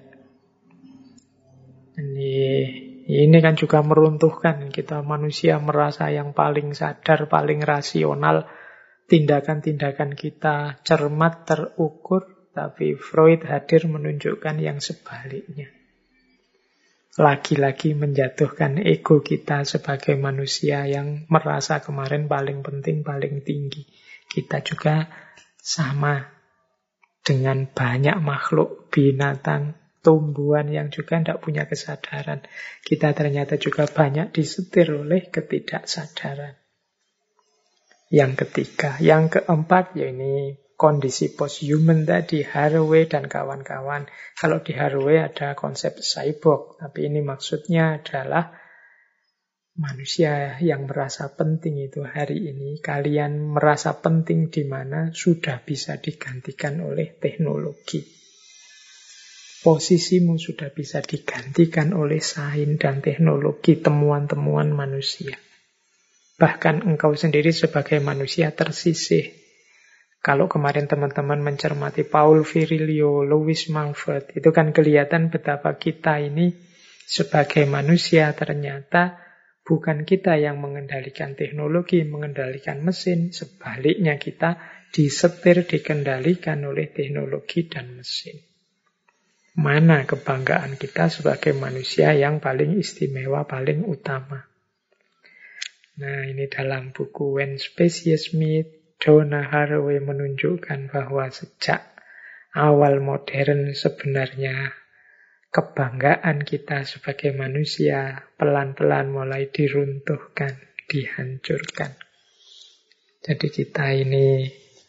Ini kan juga meruntuhkan kita manusia merasa yang paling sadar, paling rasional. Tindakan-tindakan kita cermat, terukur. Tapi Freud hadir menunjukkan yang sebaliknya. Lagi-lagi menjatuhkan ego kita sebagai manusia yang merasa kemarin paling penting, paling tinggi. Kita juga sama dengan banyak makhluk binatang, tumbuhan yang juga tidak punya kesadaran. Kita ternyata juga banyak disetir oleh ketidaksadaran. Yang ketiga. Yang keempat, ya ini kondisi post-human tadi, Haraway dan kawan-kawan. Kalau di Haraway ada konsep cyborg, tapi ini maksudnya adalah manusia yang merasa penting itu hari ini. Kalian merasa penting di mana sudah bisa digantikan oleh teknologi. Posisimu sudah bisa digantikan oleh sains dan teknologi, temuan-temuan manusia. Bahkan engkau sendiri sebagai manusia tersisih. Kalau kemarin teman-teman mencermati Paul Virilio, Louis Mumford, itu kan kelihatan betapa kita ini sebagai manusia ternyata Bukan kita yang mengendalikan teknologi, mengendalikan mesin. Sebaliknya kita disetir, dikendalikan oleh teknologi dan mesin. Mana kebanggaan kita sebagai manusia yang paling istimewa, paling utama? Nah, ini dalam buku When Species Meet, Donna Haraway menunjukkan bahwa sejak awal modern sebenarnya kebanggaan kita sebagai manusia pelan-pelan mulai diruntuhkan, dihancurkan. Jadi kita ini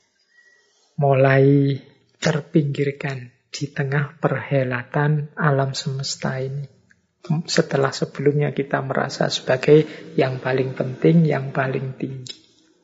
mulai terpinggirkan di tengah perhelatan alam semesta ini. Setelah sebelumnya kita merasa sebagai yang paling penting, yang paling tinggi.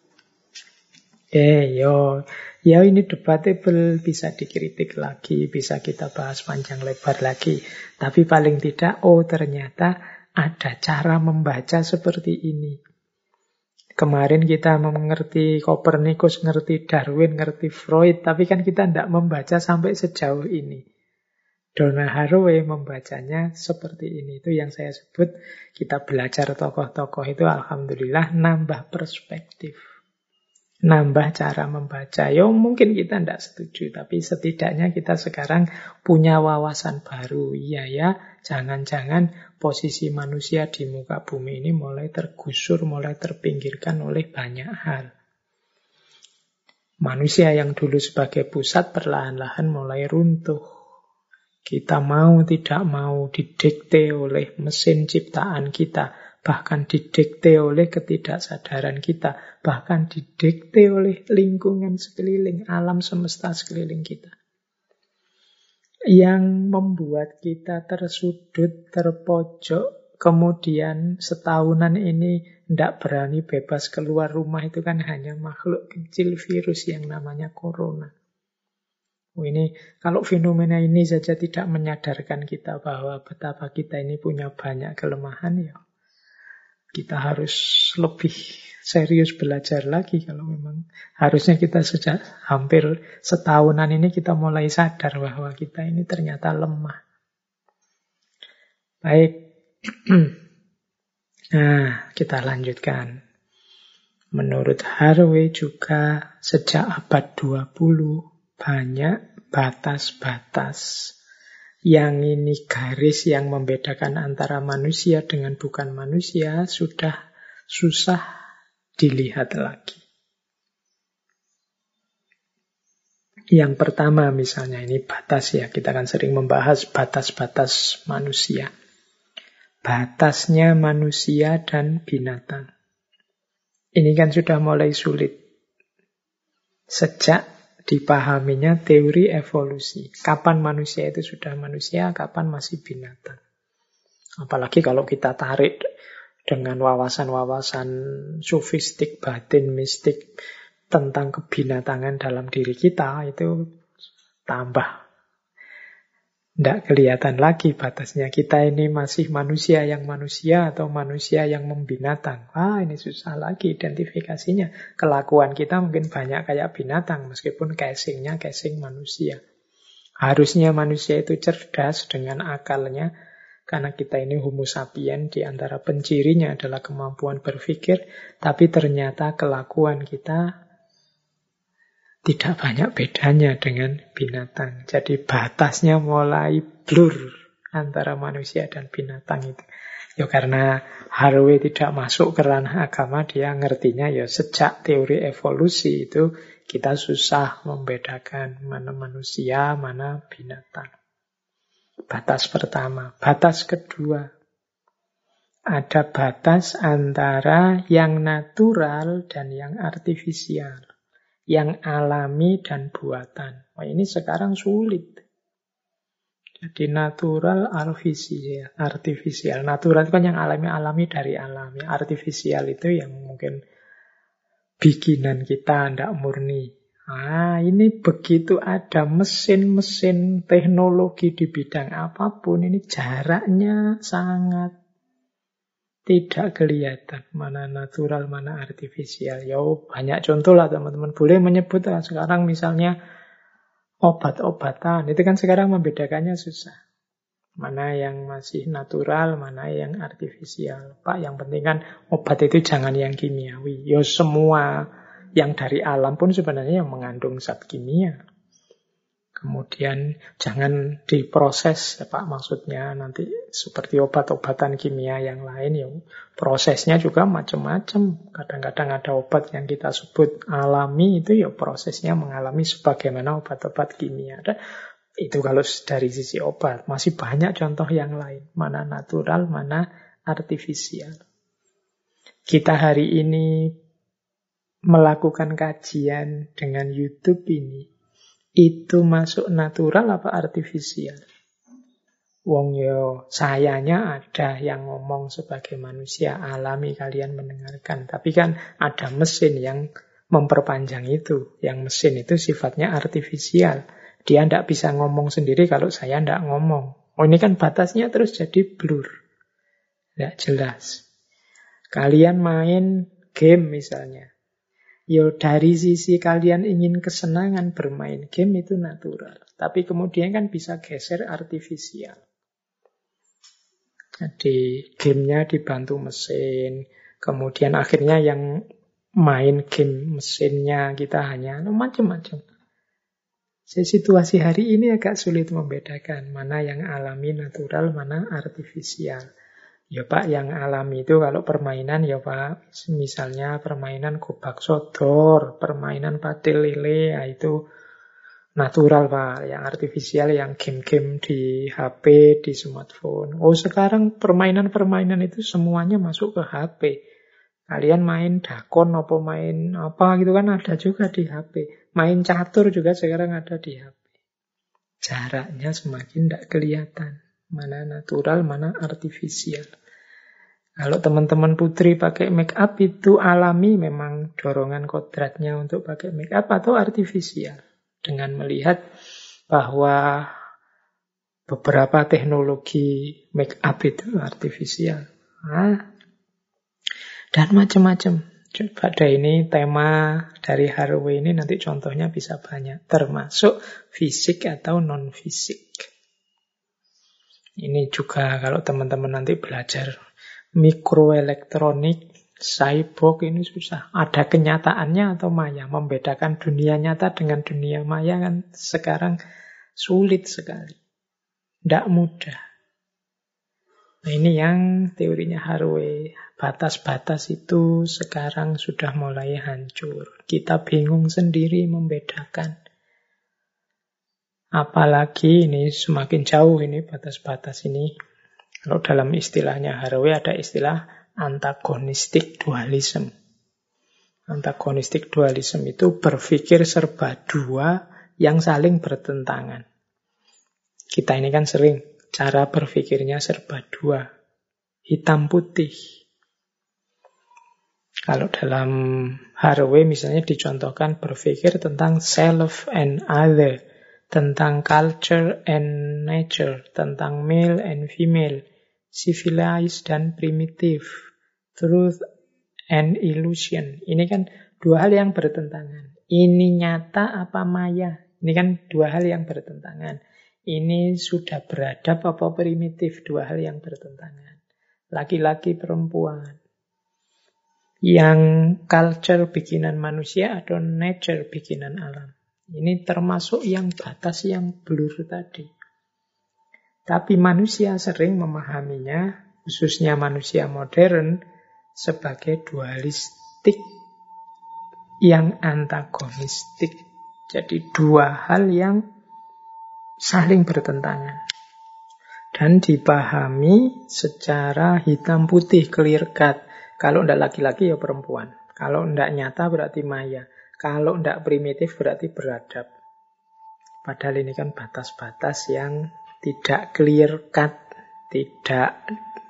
Ya ini debatable, bisa dikritik lagi, bisa kita bahas panjang lebar lagi. Tapi paling tidak, ternyata ada cara membaca seperti ini. Kemarin kita mengerti Kopernikus, ngerti Darwin, ngerti Freud, tapi kan kita tidak membaca sampai sejauh ini. Donna Haraway membacanya seperti ini. Itu yang saya sebut, kita belajar tokoh-tokoh itu alhamdulillah nambah perspektif. Nambah cara membaca. Mungkin kita tidak setuju, tapi setidaknya kita sekarang punya wawasan baru. Iya ya, jangan-jangan posisi manusia di muka bumi ini mulai tergusur, mulai terpinggirkan oleh banyak hal. Manusia yang dulu sebagai pusat perlahan-lahan mulai runtuh. Kita mau tidak mau didikte oleh mesin ciptaan kita, bahkan didikte oleh ketidaksadaran kita, bahkan didikte oleh lingkungan sekeliling, alam semesta sekeliling kita. Yang membuat kita tersudut, terpojok, kemudian setahunan ini tidak berani bebas keluar rumah, itu kan hanya makhluk kecil virus yang namanya corona. Ini kalau fenomena ini saja tidak menyadarkan kita bahwa betapa kita ini punya banyak kelemahan, ya kita harus lebih serius belajar lagi. Kalau memang harusnya kita sejak hampir setahunan ini kita mulai sadar bahwa kita ini ternyata lemah. Baik. Nah, kita lanjutkan. Menurut Haraway juga sejak abad 20 banyak batas-batas. Yang ini garis yang membedakan antara manusia dengan bukan manusia sudah susah dilihat lagi. Yang pertama misalnya ini batas ya, kita kan sering membahas batas-batas manusia. Batasnya manusia dan binatang. Ini kan sudah mulai sulit. Sejak dipahaminya teori evolusi. Kapan manusia itu sudah manusia, kapan masih binatang. Apalagi kalau kita tarik dengan wawasan-wawasan sofistik, batin, mistik tentang kebinatangan dalam diri kita, itu tambah tidak kelihatan lagi batasnya. Kita ini masih manusia yang manusia atau manusia yang membinatang. Ini susah lagi identifikasinya. Kelakuan kita mungkin banyak kayak binatang, meskipun casingnya casing manusia. Harusnya manusia itu cerdas dengan akalnya, karena kita ini homo sapien, di antara pencirinya adalah kemampuan berpikir, tapi ternyata kelakuan kita tidak banyak bedanya dengan binatang. Jadi batasnya mulai blur antara manusia dan binatang itu. Karena Haraway tidak masuk ke ranah agama, dia ngertinya sejak teori evolusi itu kita susah membedakan mana manusia, mana binatang. Batas pertama. Batas kedua. Ada batas antara yang natural dan yang artifisial. Yang alami dan buatan. Ini sekarang sulit. Jadi natural, artifisial. Natural itu kan yang alami dari alami. Artifisial itu yang mungkin bikinan kita, tidak murni. Ini begitu ada mesin-mesin teknologi di bidang apapun, ini jaraknya sangat tidak kelihatan mana natural, mana artifisial. Banyak contoh lah teman-teman. Boleh menyebut lah sekarang misalnya obat-obatan. Itu kan sekarang membedakannya susah. Mana yang masih natural, mana yang artifisial. Pak, yang penting kan obat itu jangan yang kimiawi. Ya semua yang dari alam pun sebenarnya yang mengandung zat kimia. Kemudian jangan diproses, ya Pak, maksudnya nanti seperti obat-obatan kimia yang lain, ya prosesnya juga macam-macam. Kadang-kadang ada obat yang kita sebut alami, itu ya prosesnya mengalami sebagaimana obat-obat kimia. Itu kalau dari sisi obat. Masih banyak contoh yang lain. Mana natural, mana artifisial. Kita hari ini melakukan kajian dengan YouTube ini. Itu masuk natural apa artifisial? Wong yo sayanya ada yang ngomong sebagai manusia alami kalian mendengarkan. Tapi kan ada mesin yang memperpanjang itu. Yang mesin itu sifatnya artifisial. Dia tidak bisa ngomong sendiri kalau saya tidak ngomong. Oh ini kan batasnya terus jadi blur. Tidak jelas. Kalian main game misalnya. Yo dari sisi kalian ingin kesenangan bermain game itu natural. Tapi kemudian kan bisa geser artifisial. Jadi gamenya dibantu mesin. Kemudian akhirnya yang main game mesinnya kita hanya macam-macam. Situasi hari ini agak sulit membedakan mana yang alami natural, mana artifisial. Ya Pak, yang alami itu kalau permainan ya Pak, misalnya permainan gobak sodor, permainan padel lele, ya itu natural Pak. Yang artifisial, yang game-game di HP, di smartphone. Oh sekarang permainan-permainan itu semuanya masuk ke HP. Kalian main dakon apa main apa gitu kan ada juga di HP. Main catur juga sekarang ada di HP. Jaraknya semakin tidak kelihatan. Mana natural, mana artifisial. Kalau teman-teman putri pakai make up itu alami memang dorongan kodratnya untuk pakai make up atau artifisial. Dengan melihat bahwa beberapa teknologi make up itu artifisial. Dan macam-macam. Pada ini tema dari Haraway ini nanti contohnya bisa banyak. Termasuk fisik atau non-fisik. Ini juga kalau teman-teman nanti belajar mikroelektronik, cyborg ini susah. Ada kenyataannya atau maya. Membedakan dunia nyata dengan dunia maya kan sekarang sulit sekali. Tidak mudah. Nah ini yang teorinya Haraway. Batas-batas itu sekarang sudah mulai hancur. Kita bingung sendiri membedakan. Apalagi ini semakin jauh ini batas-batas ini. Kalau dalam istilahnya Haraway ada istilah antagonistic dualism. Antagonistic dualism itu berpikir serba dua yang saling bertentangan. Kita ini kan sering cara berpikirnya serba dua. Hitam putih. Kalau dalam Haraway misalnya dicontohkan berpikir tentang self and other, tentang culture and nature, tentang male and female, civilized dan primitive, truth and illusion. Ini kan dua hal yang bertentangan. Ini nyata apa maya? Ini kan dua hal yang bertentangan. Ini sudah beradab apa primitif? Dua hal yang bertentangan. Laki-laki perempuan. Yang culture bikinan manusia atau nature bikinan alam. Ini termasuk yang batas yang blur tadi. Tapi manusia sering memahaminya, khususnya manusia modern, sebagai dualistik yang antagonistik. Jadi dua hal yang saling bertentangan. Dan dipahami secara hitam putih, clear cut. Kalau tidak laki-laki ya perempuan. Kalau tidak nyata berarti maya. Kalau tidak primitif berarti beradab. Padahal ini kan batas-batas yang tidak clear cut. Tidak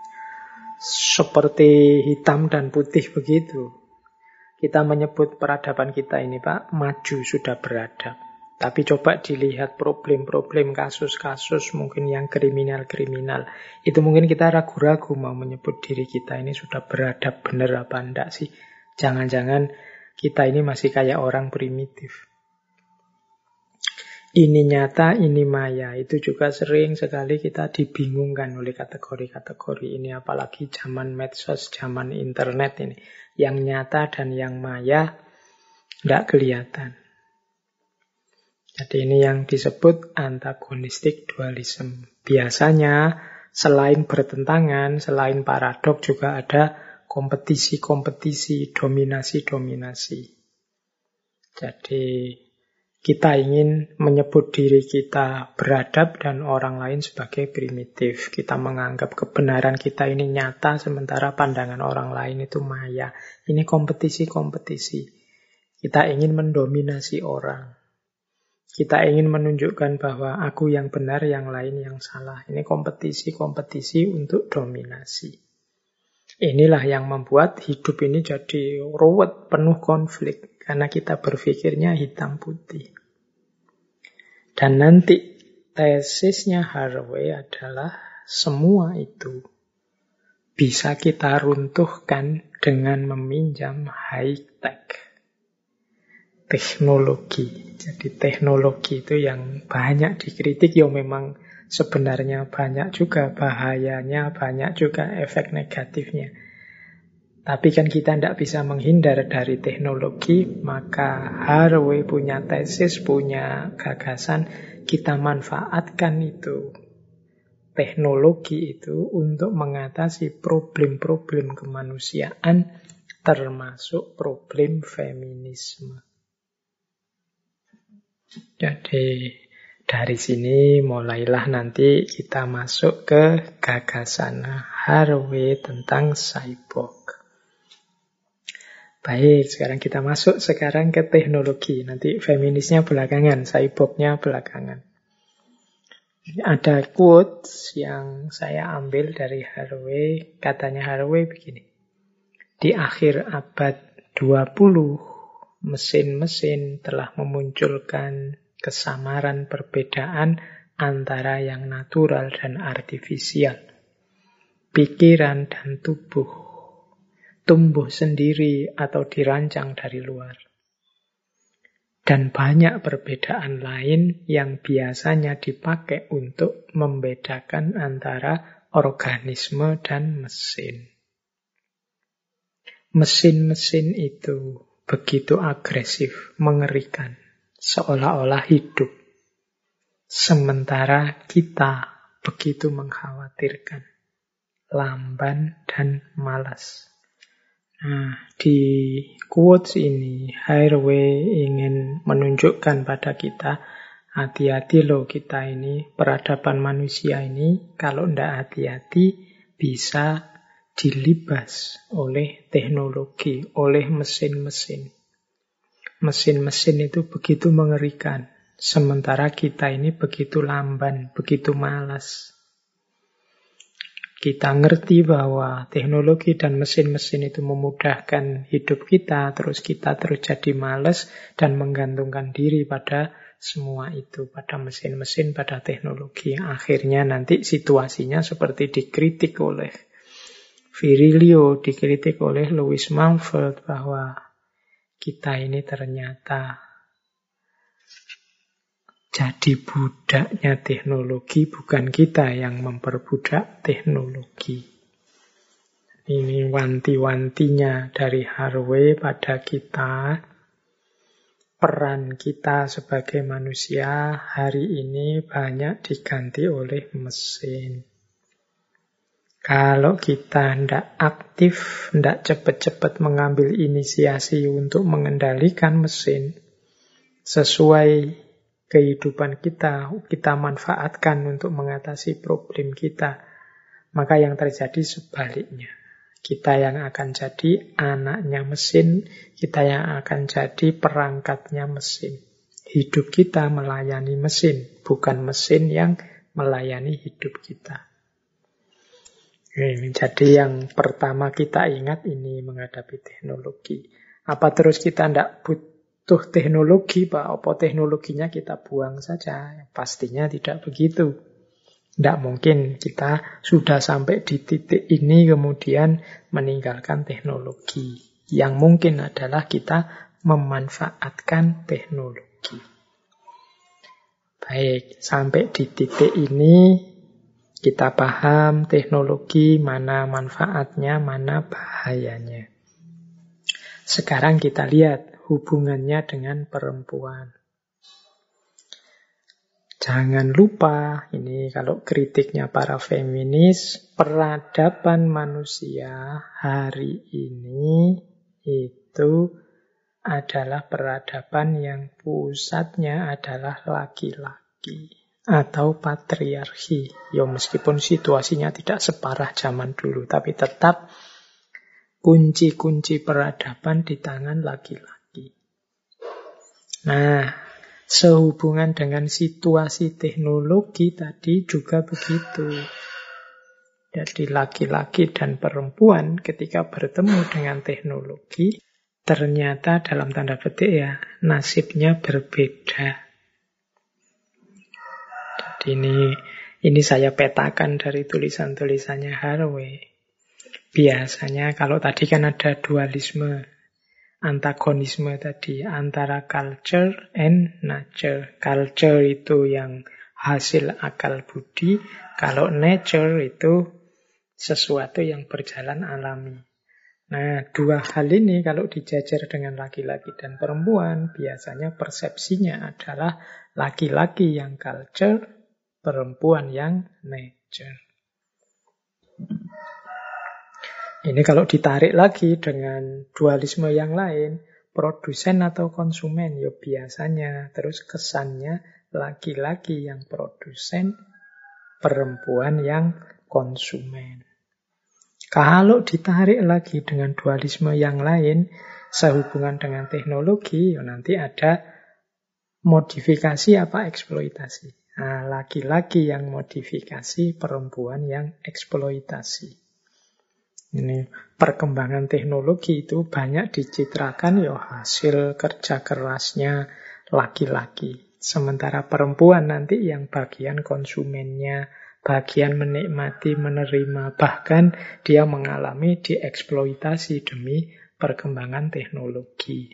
seperti hitam dan putih begitu. Kita menyebut peradaban kita ini Pak, maju sudah beradab. Tapi coba dilihat problem-problem, kasus-kasus mungkin yang kriminal-kriminal. Itu mungkin kita ragu-ragu mau menyebut diri kita ini sudah beradab benar apa enggak sih. Jangan-jangan kita ini masih kayak orang primitif. Ini nyata, ini maya. Itu juga sering sekali kita dibingungkan oleh kategori-kategori ini. Apalagi zaman medsos, zaman internet ini. Yang nyata dan yang maya tidak kelihatan. Jadi ini yang disebut antagonistic dualism. Biasanya selain bertentangan, selain paradok juga ada kompetisi-kompetisi, dominasi-dominasi. Jadi kita ingin menyebut diri kita beradab dan orang lain sebagai primitif. Kita menganggap kebenaran kita ini nyata, sementara pandangan orang lain itu maya. Ini kompetisi-kompetisi. Kita ingin mendominasi orang. Kita ingin menunjukkan bahwa aku yang benar, yang lain yang salah. Ini kompetisi-kompetisi untuk dominasi. Inilah yang membuat hidup ini jadi ruwet, penuh konflik. Karena kita berpikirnya hitam putih. Dan nanti tesisnya Haraway adalah semua itu bisa kita runtuhkan dengan meminjam high-tech teknologi. Jadi teknologi itu yang banyak dikritik, ya memang sebenarnya banyak juga bahayanya, banyak juga efek negatifnya. Tapi kan kita tidak bisa menghindar dari teknologi, maka Haraway punya tesis, punya gagasan, kita manfaatkan itu, teknologi itu, untuk mengatasi problem-problem kemanusiaan, termasuk problem feminisme. Jadi dari sini mulailah nanti kita masuk ke gagasan Haraway tentang cyborg. Baik, sekarang kita masuk ke teknologi. Nanti feminisnya belakangan, cyborgnya belakangan. Ada quotes yang saya ambil dari Haraway. Katanya Haraway begini. Di akhir abad 20, mesin-mesin telah memunculkan kesamaran perbedaan antara yang natural dan artifisial. Pikiran dan tubuh tumbuh sendiri atau dirancang dari luar. Dan banyak perbedaan lain yang biasanya dipakai untuk membedakan antara organisme dan mesin. Mesin-mesin itu begitu agresif, mengerikan, seolah-olah hidup. Sementara kita begitu mengkhawatirkan, lamban dan malas. Nah, di quotes ini, Haraway ingin menunjukkan pada kita, hati-hati loh kita ini, peradaban manusia ini, kalau tidak hati-hati, bisa dilibas oleh teknologi, oleh mesin-mesin. Mesin-mesin itu begitu mengerikan, sementara kita ini begitu lamban, begitu malas. Kita ngerti bahwa teknologi dan mesin-mesin itu memudahkan hidup kita, terus kita terus jadi malas dan menggantungkan diri pada semua itu, pada mesin-mesin, pada teknologi. Akhirnya nanti situasinya seperti dikritik oleh Virilio, dikritik oleh Lewis Mumford, bahwa kita ini ternyata jadi budaknya teknologi, bukan kita yang memperbudak teknologi. Ini wanti-wantinya dari Haraway pada kita. Peran kita sebagai manusia hari ini banyak diganti oleh mesin. Kalau kita tidak aktif, tidak cepat-cepat mengambil inisiasi untuk mengendalikan mesin, sesuai kehidupan kita manfaatkan untuk mengatasi problem kita, maka yang terjadi sebaliknya. Kita yang akan jadi anaknya mesin, kita yang akan jadi perangkatnya mesin. Hidup kita melayani mesin, bukan mesin yang melayani hidup kita. Jadi yang pertama kita ingat ini menghadapi teknologi. Apa terus kita tidak butuh teknologi, Pak? Apa teknologinya kita buang saja? Pastinya tidak begitu. Tidak mungkin kita sudah sampai di titik ini kemudian meninggalkan teknologi. Yang mungkin adalah kita memanfaatkan teknologi. Baik, sampai di titik ini kita paham teknologi, mana manfaatnya, mana bahayanya. Sekarang kita lihat hubungannya dengan perempuan. Jangan lupa, ini kalau kritiknya para feminis, peradaban manusia hari ini itu adalah peradaban yang pusatnya adalah laki-laki atau patriarki. Ya meskipun situasinya tidak separah zaman dulu, tapi tetap kunci-kunci peradaban di tangan laki-laki. Nah, sehubungan dengan situasi teknologi tadi juga begitu. Jadi laki-laki dan perempuan ketika bertemu dengan teknologi, ternyata dalam tanda petik ya, nasibnya berbeda. Jadi ini saya petakan dari tulisan-tulisannya Haraway. Biasanya kalau tadi kan ada dualisme, antagonisme tadi antara culture and nature. Culture itu yang hasil akal budi, kalau nature itu sesuatu yang berjalan alami. Nah, dua hal ini kalau dijajar dengan laki-laki dan perempuan, biasanya persepsinya adalah laki-laki yang culture, perempuan yang nature. Ini kalau ditarik lagi dengan dualisme yang lain, produsen atau konsumen, ya biasanya terus kesannya laki-laki yang produsen, perempuan yang konsumen. Kalau ditarik lagi dengan dualisme yang lain, sehubungan dengan teknologi, ya nanti ada modifikasi apa eksploitasi. Nah, laki-laki yang modifikasi, perempuan yang eksploitasi. Ini perkembangan teknologi itu banyak dicitrakan ya hasil kerja kerasnya laki-laki. Sementara perempuan nanti yang bagian konsumennya, bagian menikmati, menerima, bahkan dia mengalami dieksploitasi demi perkembangan teknologi.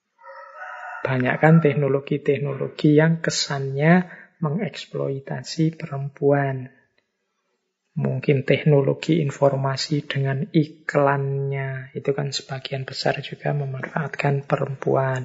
Banyak kan teknologi-teknologi yang kesannya mengeksploitasi perempuan. Mungkin teknologi informasi dengan iklannya, itu kan sebagian besar juga memanfaatkan perempuan.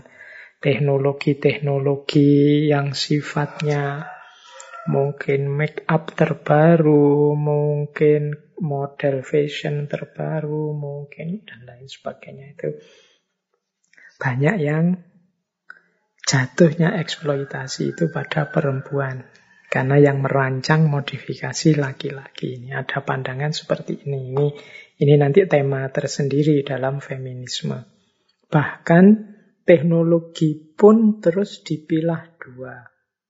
Teknologi-teknologi yang sifatnya mungkin make up terbaru, mungkin model fashion terbaru, mungkin dan lain sebagainya, itu banyak yang jatuhnya eksploitasi itu pada perempuan. Karena yang merancang modifikasi laki-laki. Ini ada pandangan seperti ini. Ini nanti tema tersendiri dalam feminisme. Bahkan teknologi pun terus dipilah dua.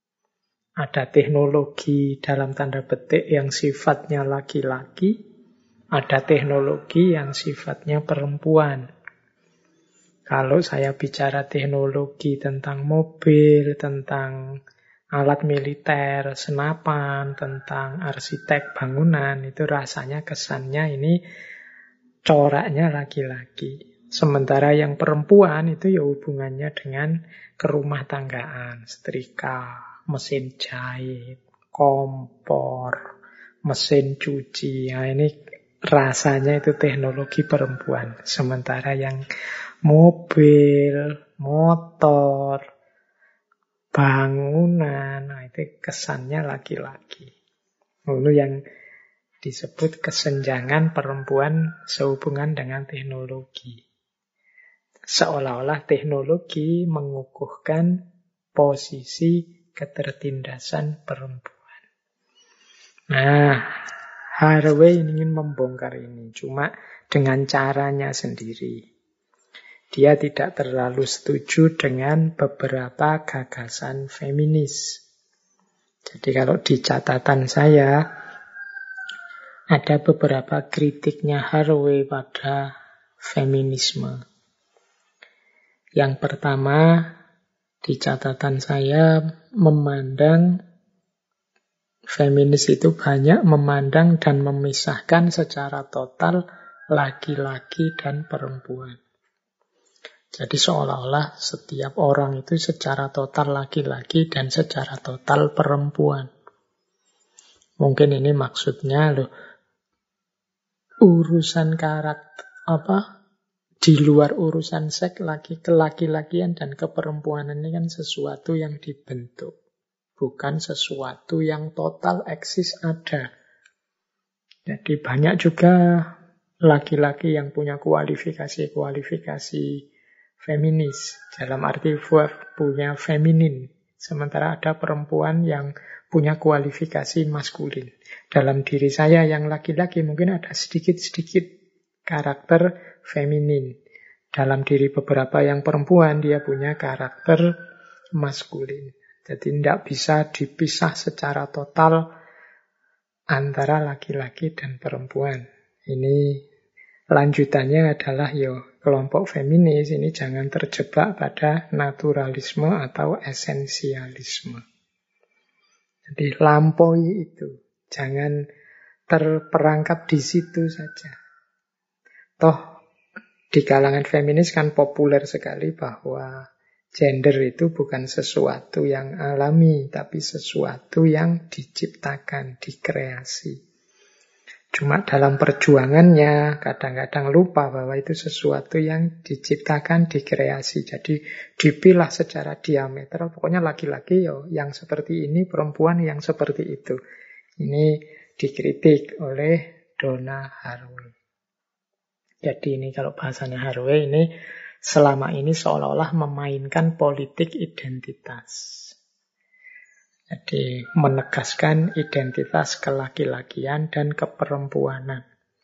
Ada teknologi dalam tanda petik yang sifatnya laki-laki, ada teknologi yang sifatnya perempuan. Kalau saya bicara teknologi tentang mobil, tentang alat militer, senapan, tentang arsitek bangunan, itu rasanya kesannya ini coraknya laki-laki. Sementara yang perempuan itu ya hubungannya dengan kerumah tanggaan, setrika, mesin jahit, kompor, mesin cuci. Nah, ini rasanya itu teknologi perempuan. Sementara yang mobil, motor, bangunan, nah itu kesannya laki-laki. Lalu yang disebut kesenjangan perempuan sehubungan dengan teknologi. Seolah-olah teknologi mengukuhkan posisi ketertindasan perempuan. Nah, Haraway ingin membongkar ini, cuma dengan caranya sendiri. Dia tidak terlalu setuju dengan beberapa gagasan feminis. Jadi kalau di catatan saya, ada beberapa kritiknya Haraway pada feminisme. Yang pertama, di catatan saya memandang feminis itu banyak memandang dan memisahkan secara total laki-laki dan perempuan. Jadi seolah-olah setiap orang itu secara total laki-laki dan secara total perempuan. Mungkin ini maksudnya loh, urusan karakter di luar urusan seks kelaki-lakian dan keperempuanan ini kan sesuatu yang dibentuk, bukan sesuatu yang total eksis ada. Jadi banyak juga laki-laki yang punya kualifikasi feminis, dalam arti punya feminin. Sementara ada perempuan yang punya kualifikasi maskulin. Dalam diri saya yang laki-laki mungkin ada sedikit-sedikit karakter feminin. Dalam diri beberapa yang perempuan dia punya karakter maskulin. Jadi tidak bisa dipisah secara total antara laki-laki dan perempuan. Ini lanjutannya adalah kelompok feminis ini jangan terjebak pada naturalisme atau esensialisme. Jadi lampaui itu. Jangan terperangkap di situ saja. Toh di kalangan feminis kan populer sekali bahwa gender itu bukan sesuatu yang alami, tapi sesuatu yang diciptakan, dikreasi. Cuma dalam perjuangannya kadang-kadang lupa bahwa itu sesuatu yang diciptakan, dikreasi. Jadi dipilah secara diametral. Pokoknya laki-laki yang seperti ini, perempuan yang seperti itu. Ini dikritik oleh Donna Haraway. Jadi ini kalau bahasanya Haraway ini selama ini seolah-olah memainkan politik identitas. Jadi menegaskan identitas kelaki-lakian dan keperempuanan.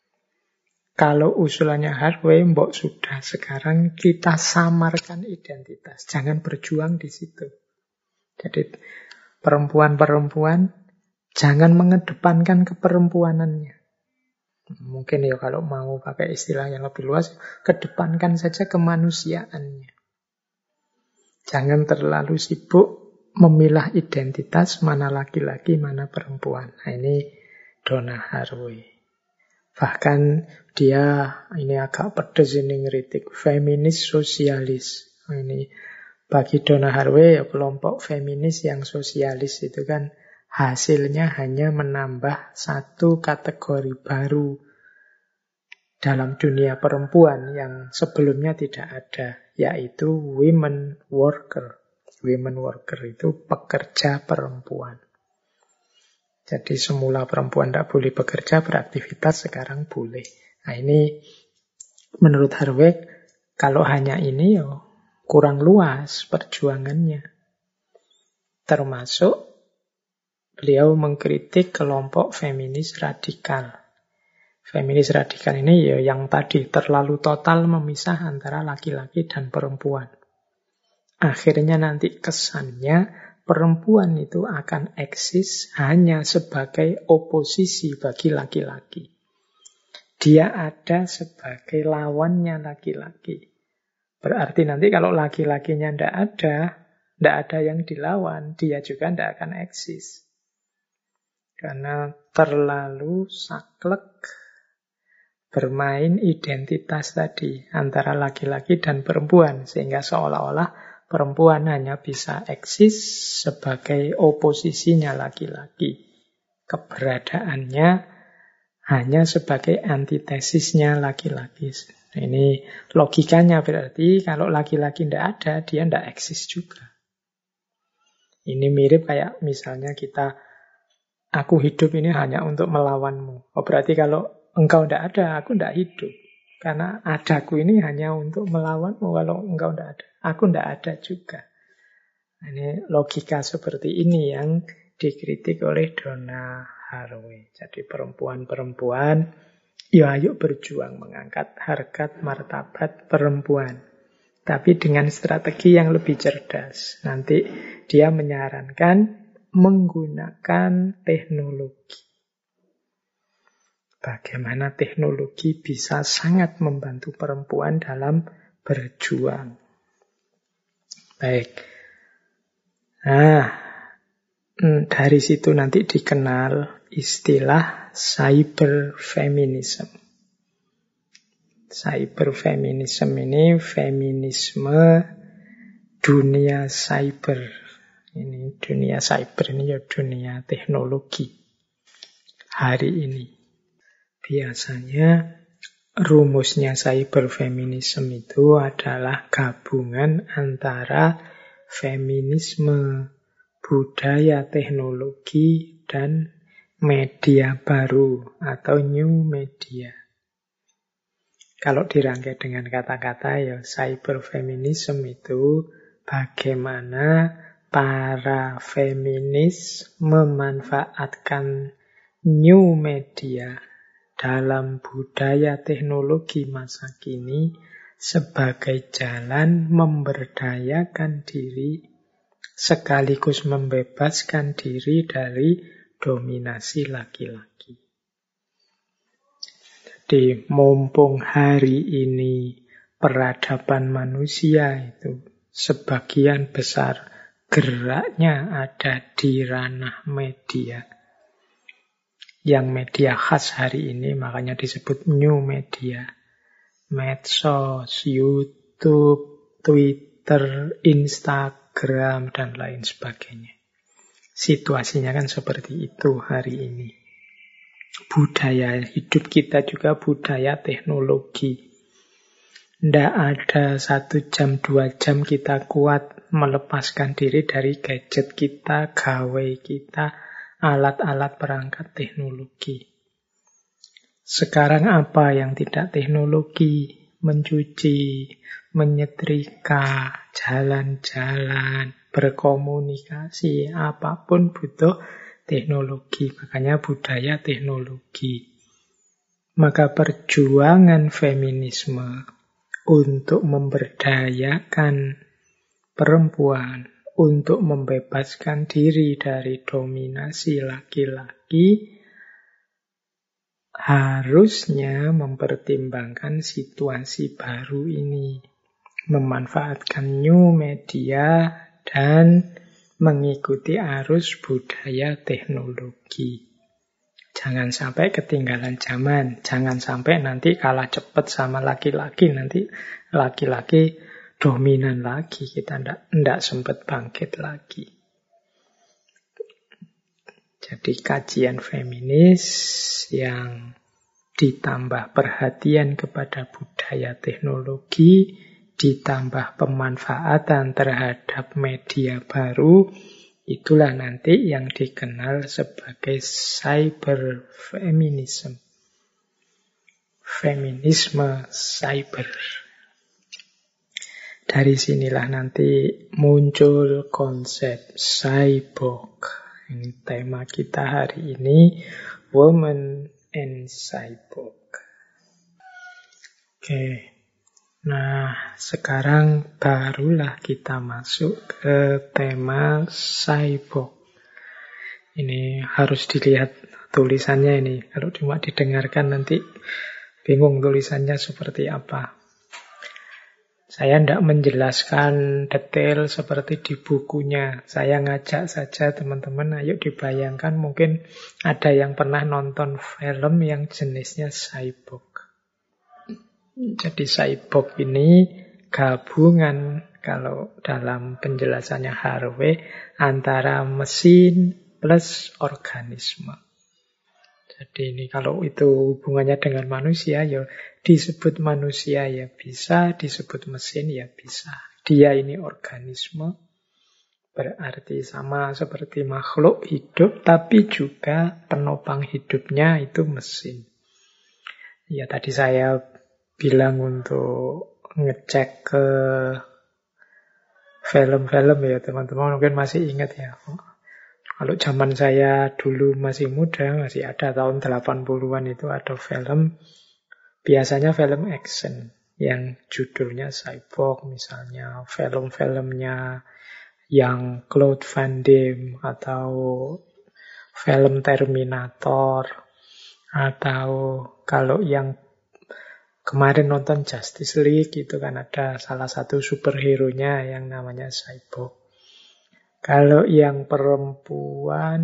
Kalau usulannya Haraway, mbok sudah sekarang kita samarkan identitas. Jangan berjuang di situ. Jadi perempuan-perempuan jangan mengedepankan keperempuanannya. Mungkin kalau mau pakai istilah yang lebih luas, kedepankan saja kemanusiaannya. Jangan terlalu sibuk memilah identitas mana laki-laki, mana perempuan. Nah, ini Donna Haraway. Bahkan dia ini agak pedes ini ngeritik feminis sosialis. Nah, ini bagi Donna Haraway kelompok feminis yang sosialis itu kan hasilnya hanya menambah satu kategori baru dalam dunia perempuan yang sebelumnya tidak ada, yaitu women worker. Women worker itu pekerja perempuan. Jadi semula perempuan tidak boleh bekerja, beraktivitas, sekarang boleh. Nah ini menurut Haraway, kalau hanya ini kurang luas perjuangannya. Termasuk beliau mengkritik kelompok feminis radikal. Feminis radikal ini yang tadi terlalu total memisah antara laki-laki dan perempuan. Akhirnya nanti kesannya perempuan itu akan eksis hanya sebagai oposisi bagi laki-laki. Dia ada sebagai lawannya laki-laki. Berarti nanti kalau laki-lakinya tidak ada yang dilawan, dia juga tidak akan eksis. Karena terlalu saklek bermain identitas tadi antara laki-laki dan perempuan. Sehingga seolah-olah perempuan hanya bisa eksis sebagai oposisinya laki-laki. Keberadaannya hanya sebagai antitesisnya laki-laki. Ini logikanya berarti kalau laki-laki tidak ada, dia tidak eksis juga. Ini mirip kayak misalnya aku hidup ini hanya untuk melawanmu. Berarti kalau engkau tidak ada, aku tidak hidup. Karena adaku ini hanya untuk melawanmu. Kalau engkau tidak ada, aku tidak ada juga. Ini logika seperti ini yang dikritik oleh Donna Haraway. Jadi perempuan-perempuan, ayo berjuang mengangkat harkat martabat perempuan. Tapi dengan strategi yang lebih cerdas. Nanti dia menyarankan menggunakan teknologi. Bagaimana teknologi bisa sangat membantu perempuan dalam berjuang. Baik. Nah, dari situ nanti dikenal istilah cyberfeminism. Cyberfeminism ini feminisme dunia cyber. Ini dunia cyber ini ya dunia teknologi hari ini. Biasanya rumusnya cyberfeminism itu adalah gabungan antara feminisme, budaya teknologi, dan media baru atau new media. Kalau dirangkai dengan kata-kata ya cyberfeminism itu bagaimana para feminis memanfaatkan new media dalam budaya teknologi masa kini sebagai jalan memberdayakan diri sekaligus membebaskan diri dari dominasi laki-laki. Jadi mumpung hari ini peradaban manusia itu sebagian besar geraknya ada di ranah media. Yang media khas hari ini makanya disebut new media. Medsos, YouTube, Twitter, Instagram, dan lain sebagainya. Situasinya kan seperti itu hari ini. Budaya hidup kita juga budaya teknologi. Tidak ada 1 jam, 2 jam kita kuat melepaskan diri dari gadget kita, gawe kita, alat-alat perangkat teknologi. Sekarang apa yang tidak teknologi? Mencuci, menyetrika, jalan-jalan, berkomunikasi, apapun butuh teknologi. Makanya budaya teknologi. Maka perjuangan feminisme untuk memberdayakan perempuan, untuk membebaskan diri dari dominasi laki-laki, harusnya mempertimbangkan situasi baru ini. Memanfaatkan new media dan mengikuti arus budaya teknologi. Jangan sampai ketinggalan zaman. Jangan sampai nanti kalah cepat sama laki-laki. Nanti laki-laki dominan lagi. Kita tidak sempat bangkit lagi. Jadi kajian feminis yang ditambah perhatian kepada budaya teknologi, ditambah pemanfaatan terhadap media baru, itulah nanti yang dikenal sebagai cyberfeminism. Feminisme cyber. Dari sinilah nanti muncul konsep cyborg. Ini tema kita hari ini, Woman and Cyborg. Oke. Nah, sekarang barulah kita masuk ke tema cyborg. Ini harus dilihat tulisannya ini. Kalau cuma didengarkan nanti bingung tulisannya seperti apa. Saya tidak menjelaskan detail seperti di bukunya. Saya ngajak saja teman-teman, ayo dibayangkan mungkin ada yang pernah nonton film yang jenisnya cyborg. Jadi cyborg ini gabungan, kalau dalam penjelasannya Harvey, antara mesin plus organisme. Jadi ini kalau itu hubungannya dengan manusia, ya disebut manusia ya bisa, disebut mesin ya bisa. Dia ini organisme, berarti sama seperti makhluk hidup, tapi juga penopang hidupnya itu mesin. Ya tadi saya bilang untuk ngecek ke film-film ya teman-teman, mungkin masih ingat ya. Kalau zaman saya dulu masih muda, masih ada tahun 80-an itu ada film, biasanya film action yang judulnya cyborg, misalnya film-filmnya yang Claude Van Damme atau film Terminator, atau kalau yang kemarin nonton Justice League itu kan ada salah satu superhero-nya yang namanya cyborg. Kalau yang perempuan,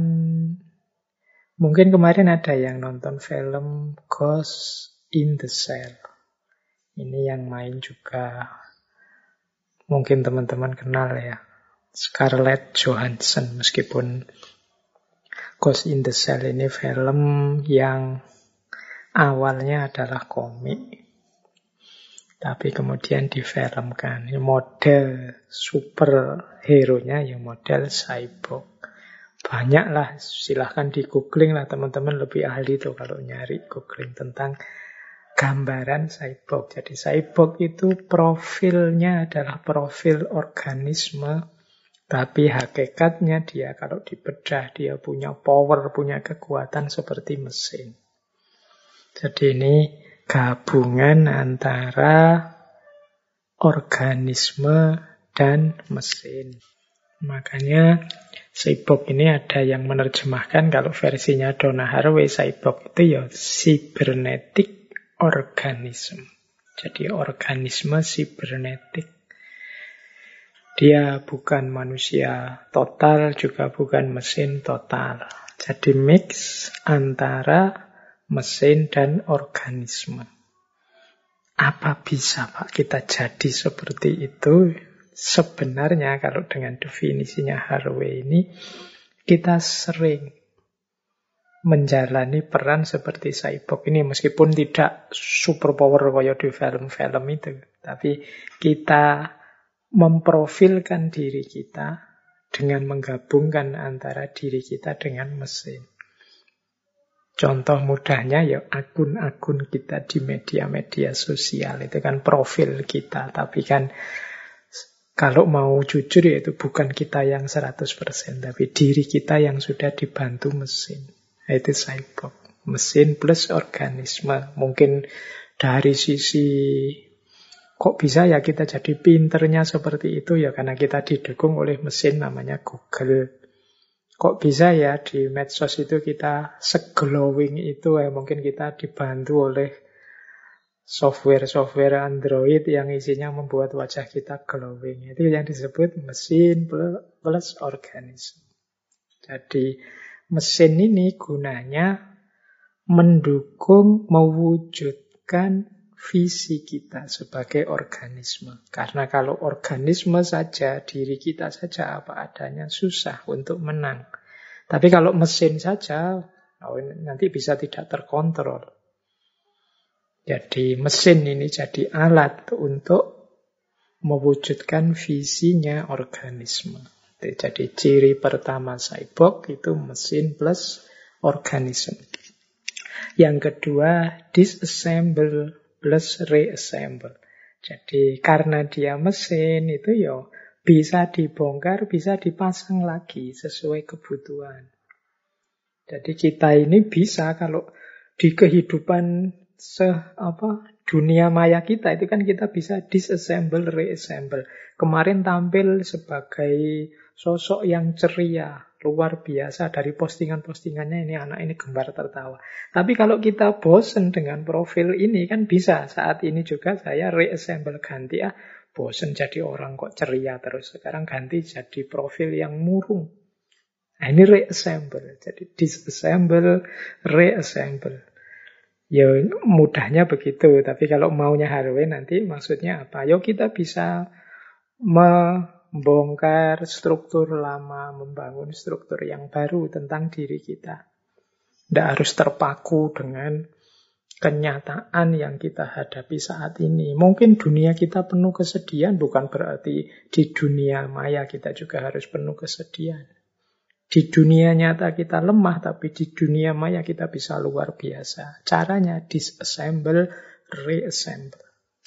mungkin kemarin ada yang nonton film Ghost in the Shell. Ini yang main juga mungkin teman-teman kenal ya, Scarlett Johansson. Meskipun Ghost in the Shell ini film yang awalnya adalah komik, tapi kemudian difilmkan. Model superhero-nya yang model cyborg. Banyaklah, silahkan di googling lah teman-teman, lebih ahli tuh kalau nyari googling tentang gambaran cyborg. Jadi cyborg itu profilnya adalah profil organisme, tapi hakikatnya dia kalau dibedah dia punya power, punya kekuatan seperti mesin. Jadi ini gabungan antara organisme dan mesin. Makanya cyborg ini ada yang menerjemahkan, kalau versinya Donna Haraway, cyborg itu ya cybernetic organism. Jadi organisme sibernetik. Dia bukan manusia total, juga bukan mesin total. Jadi mix antara mesin dan organisme. Apa bisa Pak kita jadi seperti itu? Sebenarnya kalau dengan definisinya Haraway ini, kita sering menjalani peran seperti cyborg ini, meskipun tidak superpower kayak di film-film itu, tapi kita memprofilkan diri kita dengan menggabungkan antara diri kita dengan mesin. Contoh mudahnya ya akun-akun kita di media-media sosial, itu kan profil kita, tapi kan kalau mau jujur ya itu bukan kita yang 100%, tapi diri kita yang sudah dibantu mesin. Itu cyborg, mesin plus organisme. Mungkin dari sisi kok bisa ya kita jadi pinternya seperti itu ya karena kita didukung oleh mesin namanya Google. Kok bisa ya di medsos itu kita seglowing itu ya mungkin kita dibantu oleh software Android yang isinya membuat wajah kita glowing. Itu yang disebut mesin plus organisme. Jadi mesin ini gunanya mendukung, mewujudkan visi kita sebagai organisme. Karena kalau organisme saja, diri kita saja apa adanya, susah untuk menang. Tapi kalau mesin saja, nanti bisa tidak terkontrol. Jadi mesin ini jadi alat untuk mewujudkan visinya organisme. Jadi ciri pertama cyborg itu mesin plus organisme. Yang kedua, disassemble plus reassemble. Jadi karena dia mesin itu ya bisa dibongkar, bisa dipasang lagi sesuai kebutuhan. Jadi kita ini bisa kalau di kehidupan dunia maya kita itu kan kita bisa disassemble, reassemble. Kemarin tampil sebagai sosok yang ceria, luar biasa dari postingan-postingannya, ini anak ini gembar tertawa. Tapi kalau kita bosen dengan profil ini kan bisa saat ini juga saya reassemble, ganti bosen jadi orang kok ceria terus. Sekarang ganti jadi profil yang murung. Nah ini reassemble, jadi disassemble, reassemble. Ya mudahnya begitu, tapi kalau maunya Haraway nanti maksudnya apa? Ya kita bisa membongkar struktur lama, membangun struktur yang baru tentang diri kita. Tidak harus terpaku dengan kenyataan yang kita hadapi saat ini. Mungkin dunia kita penuh kesedihan, bukan berarti di dunia maya kita juga harus penuh kesedihan. Di dunia nyata kita lemah, tapi di dunia maya kita bisa luar biasa. Caranya disassemble, reassemble.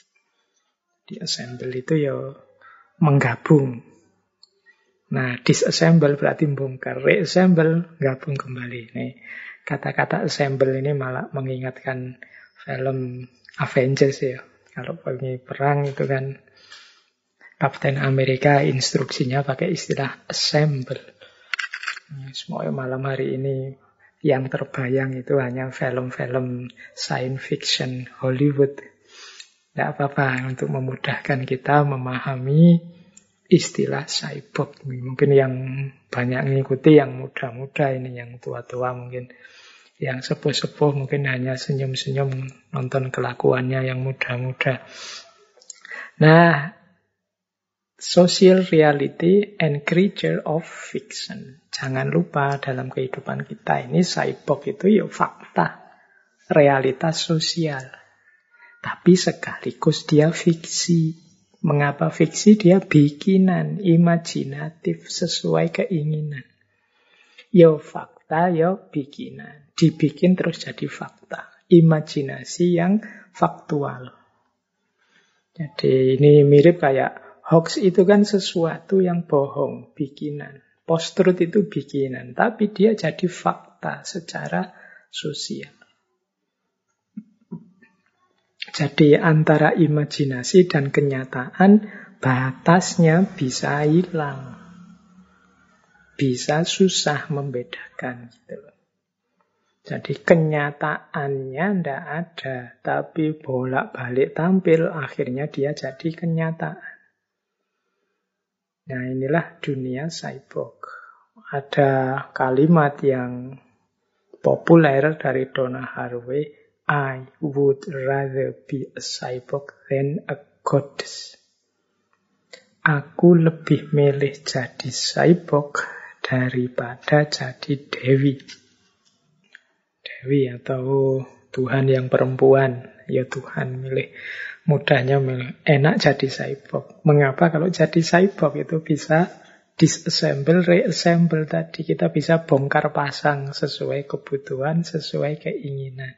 Disassemble itu ya menggabung. Nah, disassemble berarti bongkar, reassemble gabung kembali. Nih, kata-kata assemble ini malah mengingatkan film Avengers ya. Kalau bagi perang itu kan Kapten Amerika instruksinya pakai istilah assemble. Semuanya malam hari ini yang terbayang itu hanya film-film science fiction Hollywood. Tidak apa-apa untuk memudahkan kita memahami istilah cyborg. Mungkin yang banyak mengikuti yang muda-muda ini, yang tua-tua mungkin Yang sepuh-sepuh mungkin hanya senyum-senyum nonton kelakuannya yang muda-muda. Nah, social reality and creature of fiction. Jangan lupa dalam kehidupan kita ini cyborg itu ya fakta, realitas sosial. Tapi sekaligus dia fiksi. Mengapa fiksi? Dia bikinan, imajinatif, sesuai keinginan. Ya fakta, ya bikinan. Dibikin terus jadi fakta. Imajinasi yang faktual. Jadi ini mirip kayak hoax itu kan sesuatu yang bohong, bikinan. Post-truth itu bikinan, tapi dia jadi fakta secara sosial. Jadi antara imajinasi dan kenyataan batasnya bisa hilang. Bisa susah membedakan gitu loh. Jadi kenyataannya ndak ada, tapi bolak-balik tampil, akhirnya dia jadi kenyataan. Nah inilah dunia cyborg. Ada kalimat yang populer dari Donna Haraway, I would rather be a cyborg than a goddess. Aku lebih milih jadi cyborg daripada jadi dewi. Dewi atau Tuhan yang perempuan. Ya Tuhan milih, mudahnya milih. Enak jadi cyborg. Mengapa kalau jadi cyborg itu bisa disassemble, reassemble tadi. Kita bisa bongkar pasang sesuai kebutuhan, sesuai keinginan.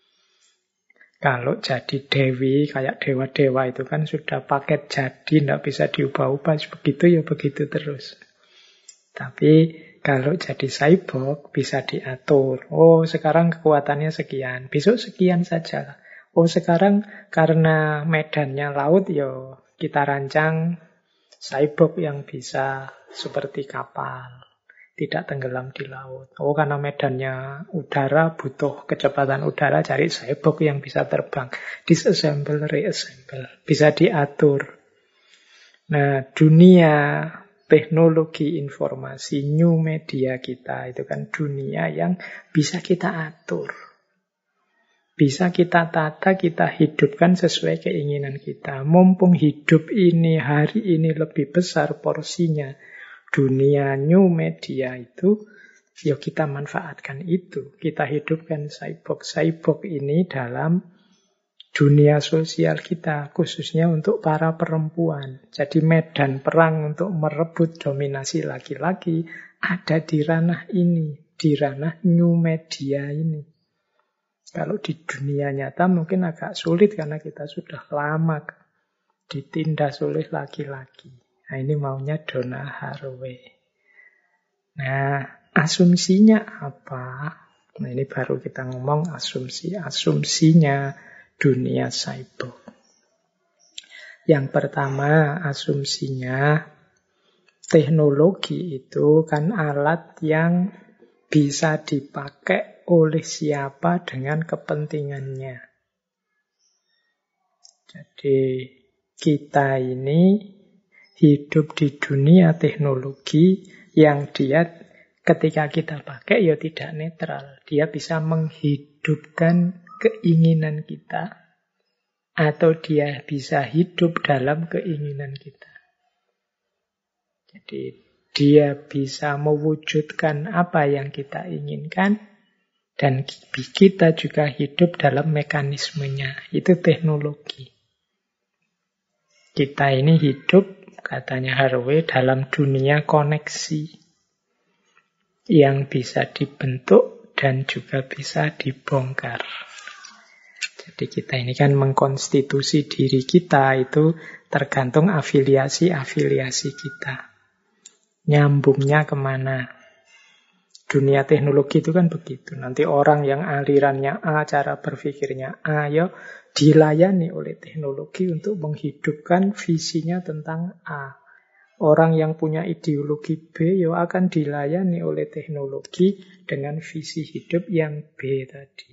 Kalau jadi dewi, kayak dewa-dewa itu kan sudah paket jadi, tidak bisa diubah-ubah. Begitu ya begitu terus. Tapi kalau jadi cyborg bisa diatur. Oh sekarang kekuatannya sekian, besok sekian saja. Oh sekarang karena medannya laut, ya kita rancang cyborg yang bisa seperti kapal. Tidak tenggelam di laut. Oh, karena medannya udara, butuh kecepatan udara, cari cyborg yang bisa terbang. Disassemble, reassemble. Bisa diatur. Nah, dunia teknologi informasi, new media kita, itu kan dunia yang bisa kita atur. Bisa kita tata, kita hidupkan sesuai keinginan kita. Mumpung hidup ini, hari ini lebih besar porsinya, dunia new media itu, ya kita manfaatkan itu. Kita hidupkan cyborg. Cyborg ini dalam dunia sosial kita, khususnya untuk para perempuan. Jadi medan perang untuk merebut dominasi laki-laki ada di ranah ini, di ranah new media ini. Kalau di dunia nyata mungkin agak sulit karena kita sudah lama ditindas oleh laki-laki. Nah ini maunya Donna Haraway. Nah asumsinya apa? Nah ini baru kita ngomong asumsinya dunia cyborg. Yang pertama asumsinya teknologi itu kan alat yang bisa dipakai oleh siapa dengan kepentingannya. Jadi kita ini hidup di dunia teknologi yang dia ketika kita pakai ya tidak netral. Dia bisa menghidupkan keinginan kita atau dia bisa hidup dalam keinginan kita. Jadi dia bisa mewujudkan apa yang kita inginkan dan kita juga hidup dalam mekanismenya. Itu teknologi. Kita ini hidup, katanya Haraway, dalam dunia koneksi yang bisa dibentuk dan juga bisa dibongkar. Jadi kita ini kan mengkonstitusi diri kita itu tergantung afiliasi-afiliasi kita. Nyambungnya kemana? Dunia teknologi itu kan begitu. Nanti orang yang alirannya A, cara berpikirnya A, ya dilayani oleh teknologi untuk menghidupkan visinya tentang A. Orang yang punya ideologi B, ya akan dilayani oleh teknologi dengan visi hidup yang B tadi.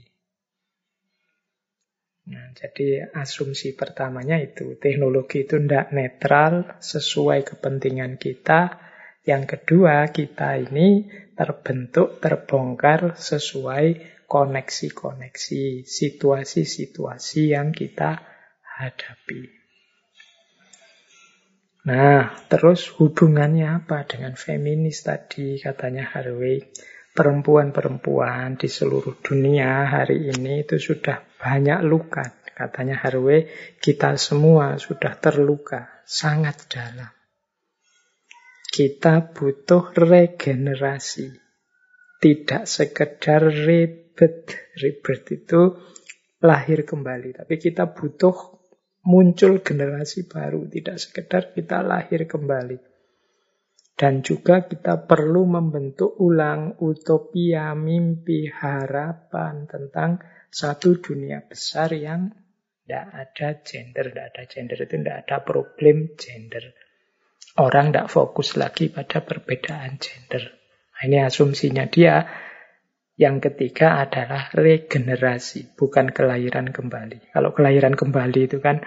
Nah, jadi asumsi pertamanya itu, teknologi itu tidak netral, sesuai kepentingan kita. Yang kedua, kita ini terbentuk, terbongkar sesuai koneksi-koneksi, situasi-situasi yang kita hadapi. Nah, terus hubungannya apa dengan feminis tadi, katanya Harvey. Perempuan-perempuan di seluruh dunia hari ini itu sudah banyak luka. Katanya Harvey, kita semua sudah terluka sangat dalam. Kita butuh regenerasi. Tidak sekedar rebirth itu lahir kembali. Tapi kita butuh muncul generasi baru. Tidak sekedar kita lahir kembali. Dan juga kita perlu membentuk ulang utopia, mimpi, harapan tentang satu dunia besar yang tidak ada gender. Tidak ada gender itu tidak ada problem gender. Orang tidak fokus lagi pada perbedaan gender. Nah, ini asumsinya dia. Yang ketiga adalah regenerasi, bukan kelahiran kembali. Kalau kelahiran kembali itu kan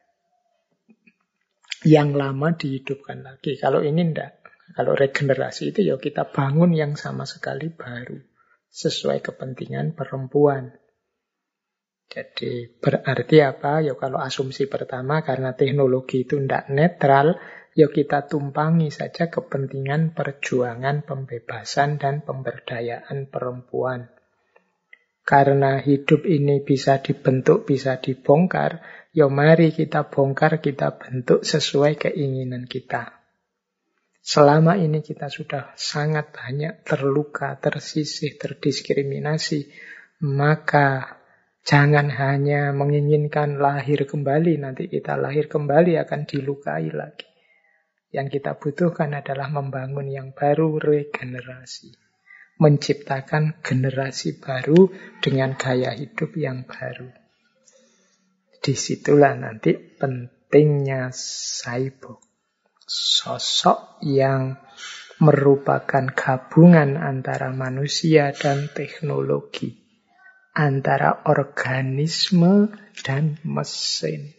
yang lama dihidupkan lagi. Kalau ini tidak. Kalau regenerasi itu ya kita bangun yang sama sekali baru. Sesuai kepentingan perempuan. Jadi berarti apa? Ya kalau asumsi pertama karena teknologi itu tidak netral, ya kita tumpangi saja kepentingan perjuangan, pembebasan, dan pemberdayaan perempuan. Karena hidup ini bisa dibentuk, bisa dibongkar, ya mari kita bongkar, kita bentuk sesuai keinginan kita. Selama ini kita sudah sangat banyak terluka, tersisih, terdiskriminasi, maka jangan hanya menginginkan lahir kembali, nanti kita lahir kembali akan dilukai lagi. Yang kita butuhkan adalah membangun yang baru, regenerasi. Menciptakan generasi baru dengan gaya hidup yang baru. Disitulah nanti pentingnya cyborg. Sosok yang merupakan gabungan antara manusia dan teknologi. Antara organisme dan mesin.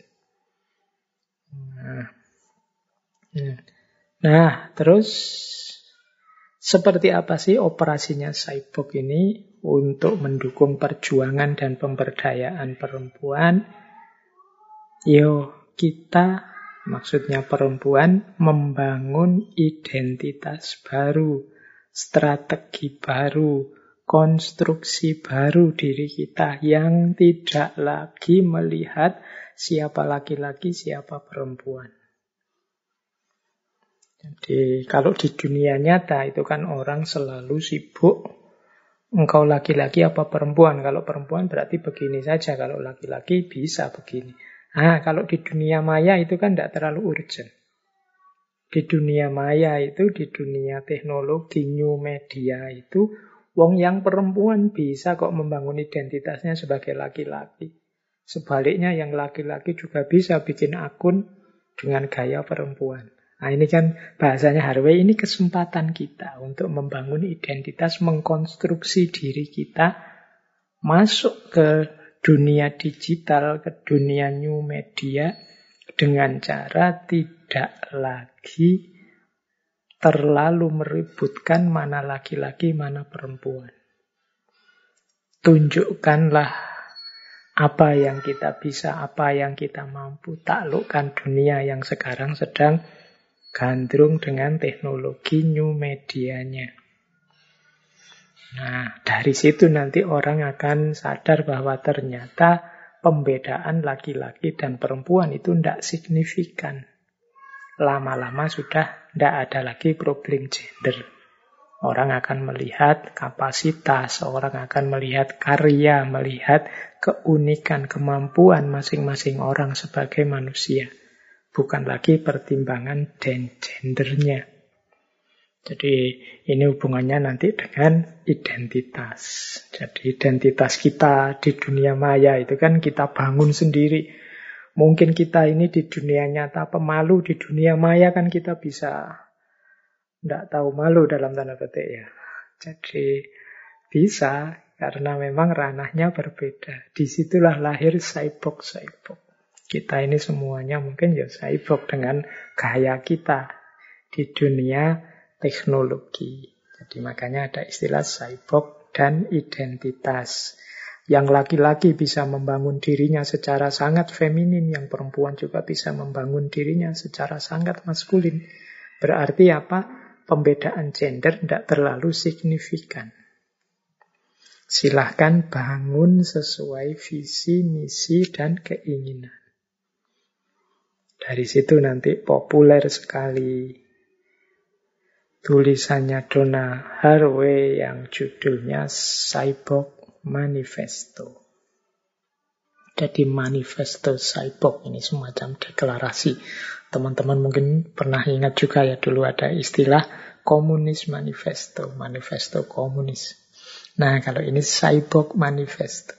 Nah, terus seperti apa sih operasinya cyborg ini untuk mendukung perjuangan dan pemberdayaan perempuan? Kita, maksudnya perempuan, membangun identitas baru, strategi baru, konstruksi baru diri kita yang tidak lagi melihat siapa laki-laki, siapa perempuan. Jadi kalau di dunia nyata itu kan orang selalu sibuk, engkau laki-laki apa perempuan? Kalau perempuan berarti begini saja, kalau laki-laki bisa begini. Kalau di dunia maya itu kan tidak terlalu urgent. Di dunia maya itu, di dunia teknologi, new media itu, wong yang perempuan bisa kok membangun identitasnya sebagai laki-laki. Sebaliknya yang laki-laki juga bisa bikin akun dengan gaya perempuan. Nah ini kan bahasanya Harvey, ini kesempatan kita untuk membangun identitas, mengkonstruksi diri kita, masuk ke dunia digital, ke dunia new media, dengan cara tidak lagi terlalu meributkan mana laki-laki, mana perempuan. Tunjukkanlah apa yang kita bisa, apa yang kita mampu. Taklukkan dunia yang sekarang sedang gandrung dengan teknologi new medianya. Nah, dari situ nanti orang akan sadar bahwa ternyata pembedaan laki-laki dan perempuan itu tidak signifikan. Lama-lama sudah tidak ada lagi problem gender. Orang akan melihat kapasitas, orang akan melihat karya, melihat keunikan, kemampuan masing-masing orang sebagai manusia. Bukan lagi pertimbangan gendernya. Jadi ini hubungannya nanti dengan identitas. Jadi identitas kita di dunia maya itu kan kita bangun sendiri. Mungkin kita ini di dunia nyata pemalu, di dunia maya kan kita bisa tidak tahu malu dalam tanda petik ya. Jadi bisa karena memang ranahnya berbeda. Disitulah lahir cyborg-cyborg. Kita ini semuanya mungkin ya cyborg dengan gaya kita di dunia teknologi. Jadi makanya ada istilah cyborg dan identitas. Yang laki-laki bisa membangun dirinya secara sangat feminin, yang perempuan juga bisa membangun dirinya secara sangat maskulin. Berarti apa? Pembedaan gender tidak terlalu signifikan. Silahkan bangun sesuai visi, misi, dan keinginan. Dari situ nanti populer sekali tulisannya Donna Haraway yang judulnya Cyborg Manifesto. Jadi manifesto cyborg ini semacam deklarasi. Teman-teman mungkin pernah ingat juga ya, dulu ada istilah komunis manifesto, manifesto komunis. Nah, kalau ini cyborg manifesto.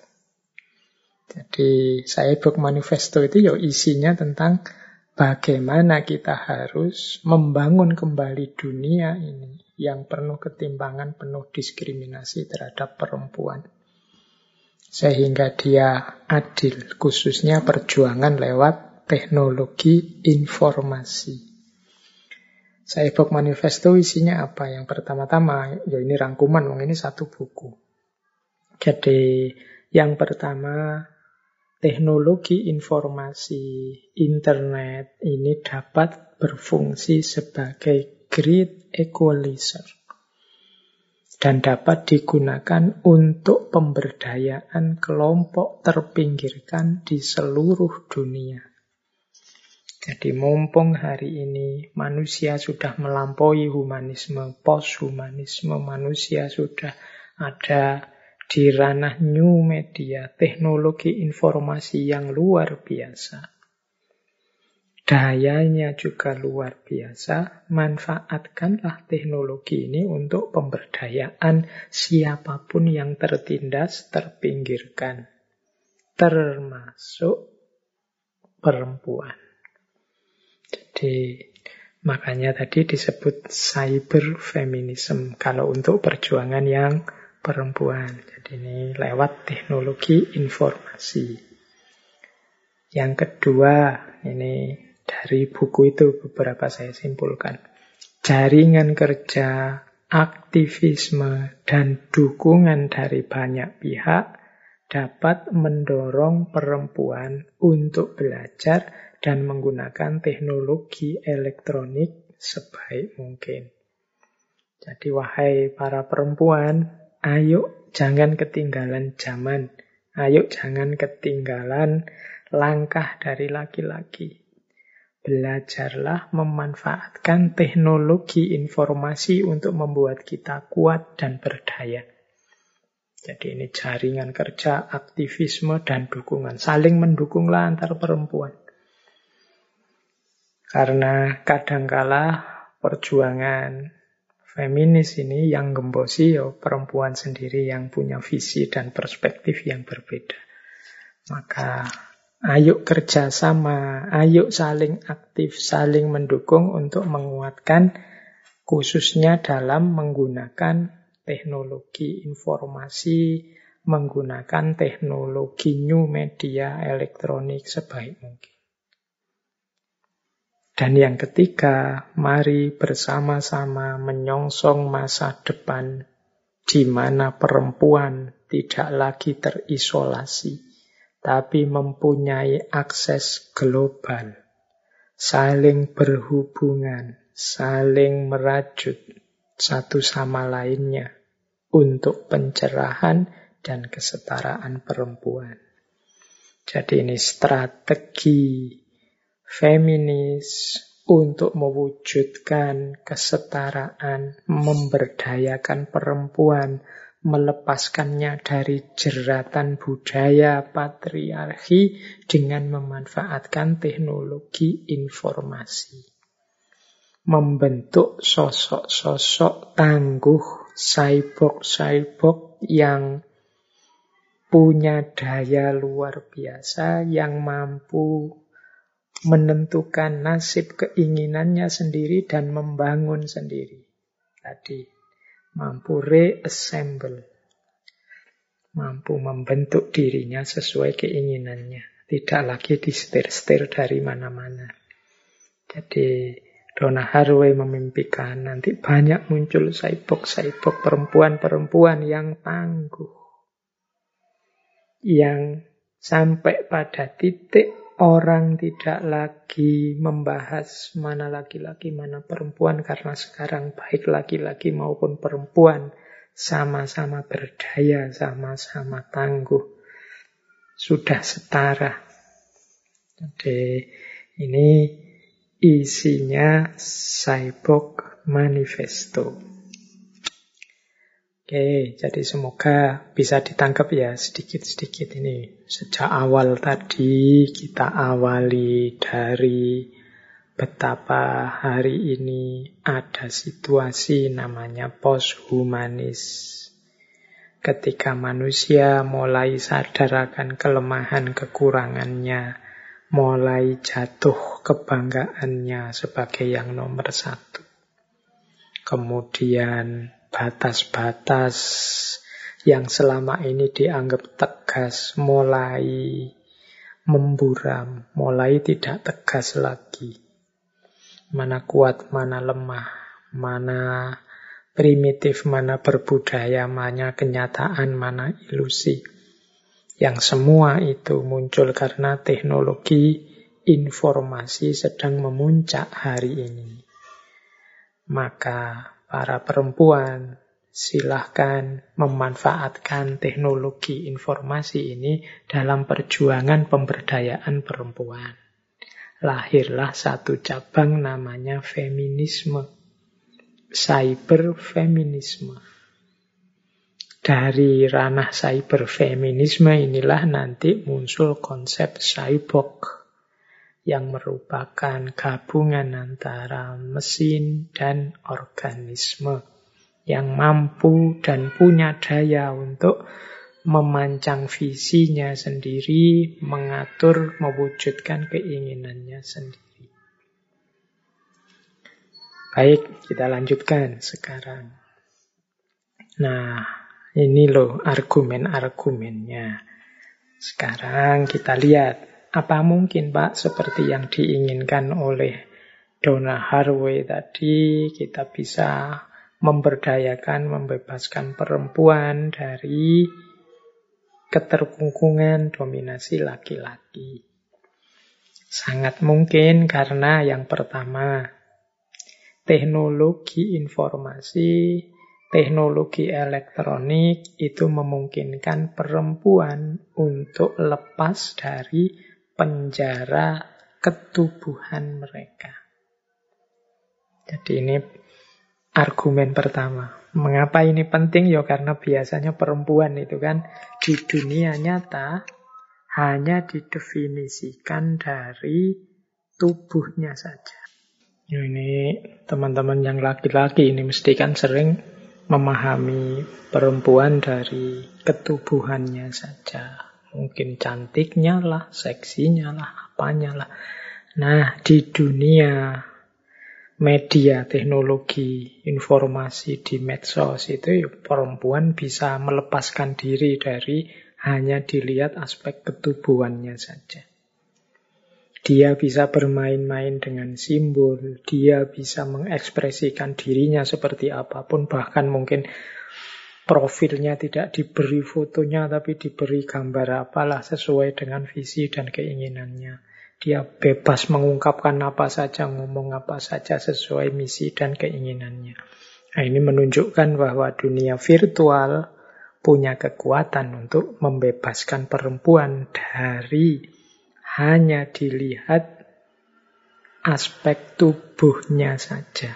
Jadi cyborg manifesto itu ya isinya tentang bagaimana kita harus membangun kembali dunia ini yang penuh ketimpangan, penuh diskriminasi terhadap perempuan. Sehingga dia adil, khususnya perjuangan lewat teknologi informasi. Cyborg Manifesto isinya apa? Yang pertama-tama, ya ini rangkuman, ini satu buku. Jadi yang pertama, teknologi informasi internet ini dapat berfungsi sebagai great equalizer dan dapat digunakan untuk pemberdayaan kelompok terpinggirkan di seluruh dunia. Jadi mumpung hari ini manusia sudah melampaui humanisme, post-humanisme, manusia sudah ada di ranah new media, teknologi informasi yang luar biasa. Dayanya juga luar biasa, manfaatkanlah teknologi ini untuk pemberdayaan siapapun yang tertindas, terpinggirkan, termasuk perempuan. Jadi makanya tadi disebut cyber feminism kalau untuk perjuangan yang perempuan. Jadi ini lewat teknologi informasi. Yang kedua, ini dari buku itu beberapa saya simpulkan. Jaringan kerja, aktivisme, dan dukungan dari banyak pihak dapat mendorong perempuan untuk belajar dan menggunakan teknologi elektronik sebaik mungkin. Jadi wahai para perempuan, ayo jangan ketinggalan zaman. Ayo jangan ketinggalan langkah dari laki-laki. Belajarlah memanfaatkan teknologi informasi untuk membuat kita kuat dan berdaya. Jadi ini jaringan kerja, aktivisme, dan dukungan. Saling mendukunglah antar perempuan. Karena kadangkala perjuangan feminis ini yang gembosi ya perempuan sendiri yang punya visi dan perspektif yang berbeda. Maka ayo kerjasama, ayo saling aktif, saling mendukung untuk menguatkan khususnya dalam menggunakan teknologi informasi, menggunakan teknologi new media elektronik sebaik mungkin. Dan yang ketiga, mari bersama-sama menyongsong masa depan di mana perempuan tidak lagi terisolasi, tapi mempunyai akses global, saling berhubungan, saling merajut satu sama lainnya untuk pencerahan dan kesetaraan perempuan. Jadi ini strategi feminis untuk mewujudkan kesetaraan, memberdayakan perempuan, melepaskannya dari jeratan budaya patriarki dengan memanfaatkan teknologi informasi. Membentuk sosok-sosok tangguh, cyborg-cyborg yang punya daya luar biasa, yang mampu menentukan nasib keinginannya sendiri dan membangun sendiri. Tadi, mampu reassemble, mampu membentuk dirinya sesuai keinginannya. Tidak lagi disetir-setir dari mana-mana. Jadi, Donna Haraway memimpikan nanti banyak muncul cyborg-cyborg perempuan-perempuan yang tangguh. Yang sampai pada titik orang tidak lagi membahas mana laki-laki, mana perempuan. Karena sekarang baik laki-laki maupun perempuan sama-sama berdaya, sama-sama tangguh. Sudah setara. Jadi ini isinya Cyborg Manifesto. Oke, jadi semoga bisa ditangkap ya sedikit-sedikit ini. Sejak awal tadi kita awali dari betapa hari ini ada situasi namanya posthumanis. Ketika manusia mulai sadar akan kelemahan kekurangannya, mulai jatuh kebanggaannya sebagai yang nomor satu. Kemudian batas-batas yang selama ini dianggap tegas mulai memburam, mulai tidak tegas lagi. Mana kuat, mana lemah, mana primitif, mana berbudaya, mana kenyataan, mana ilusi. Yang semua itu muncul karena teknologi informasi sedang memuncak hari ini. Maka para perempuan silahkan memanfaatkan teknologi informasi ini dalam perjuangan pemberdayaan perempuan. Lahirlah satu cabang namanya feminisme, cyberfeminisme. Dari ranah cyberfeminisme inilah nanti muncul konsep cyborg yang merupakan gabungan antara mesin dan organisme yang mampu dan punya daya untuk memancang visinya sendiri, mengatur, mewujudkan keinginannya sendiri. Baik, kita lanjutkan sekarang. Nah, ini loh argumen-argumennya. Sekarang kita lihat, apa mungkin Pak seperti yang diinginkan oleh Donna Haraway tadi, kita bisa memberdayakan, membebaskan perempuan dari keterkungkungan dominasi laki-laki. Sangat mungkin karena yang pertama, teknologi informasi, teknologi elektronik itu memungkinkan perempuan untuk lepas dari penjara ketubuhan mereka. Jadi ini argumen pertama. Mengapa ini penting? Ya karena biasanya perempuan itu kan di dunia nyata hanya didefinisikan dari tubuhnya saja. Ini teman-teman yang laki-laki ini mesti kan sering memahami perempuan dari ketubuhannya saja. Mungkin cantiknya lah, seksinya lah, apanya lah. Nah, di dunia media, teknologi, informasi di medsos itu ya perempuan bisa melepaskan diri dari hanya dilihat aspek ketubuhannya saja. Dia bisa bermain-main dengan simbol, dia bisa mengekspresikan dirinya seperti apapun, bahkan mungkin profilnya tidak diberi fotonya, tapi diberi gambar apalah sesuai dengan visi dan keinginannya. Dia bebas mengungkapkan apa saja, ngomong apa saja sesuai misi dan keinginannya. Nah, ini menunjukkan bahwa dunia virtual punya kekuatan untuk membebaskan perempuan dari hanya dilihat aspek tubuhnya saja.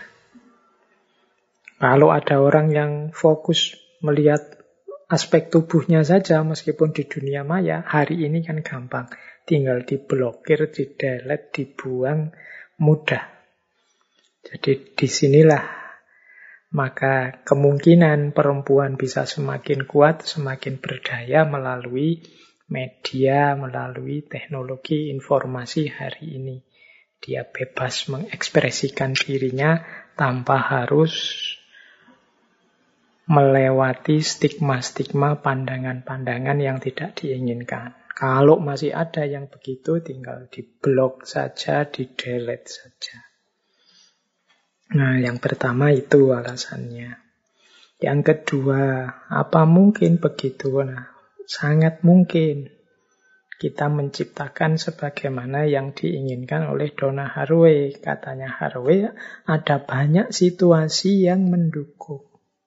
Kalau ada orang yang fokus melihat aspek tubuhnya saja, meskipun di dunia maya, hari ini kan gampang. Tinggal diblokir, di-delete, dibuang, mudah. Jadi disinilah maka kemungkinan perempuan bisa semakin kuat, semakin berdaya melalui media, melalui teknologi informasi hari ini. Dia bebas mengekspresikan dirinya tanpa harus melewati stigma-stigma, pandangan-pandangan yang tidak diinginkan. Kalau masih ada yang begitu, tinggal diblok saja, di-delete saja. Nah, yang pertama itu alasannya. Yang kedua, apa mungkin begitu? Nah, sangat mungkin kita menciptakan sebagaimana yang diinginkan oleh Donna Haraway. Katanya Haraway, ada banyak situasi yang mendukung.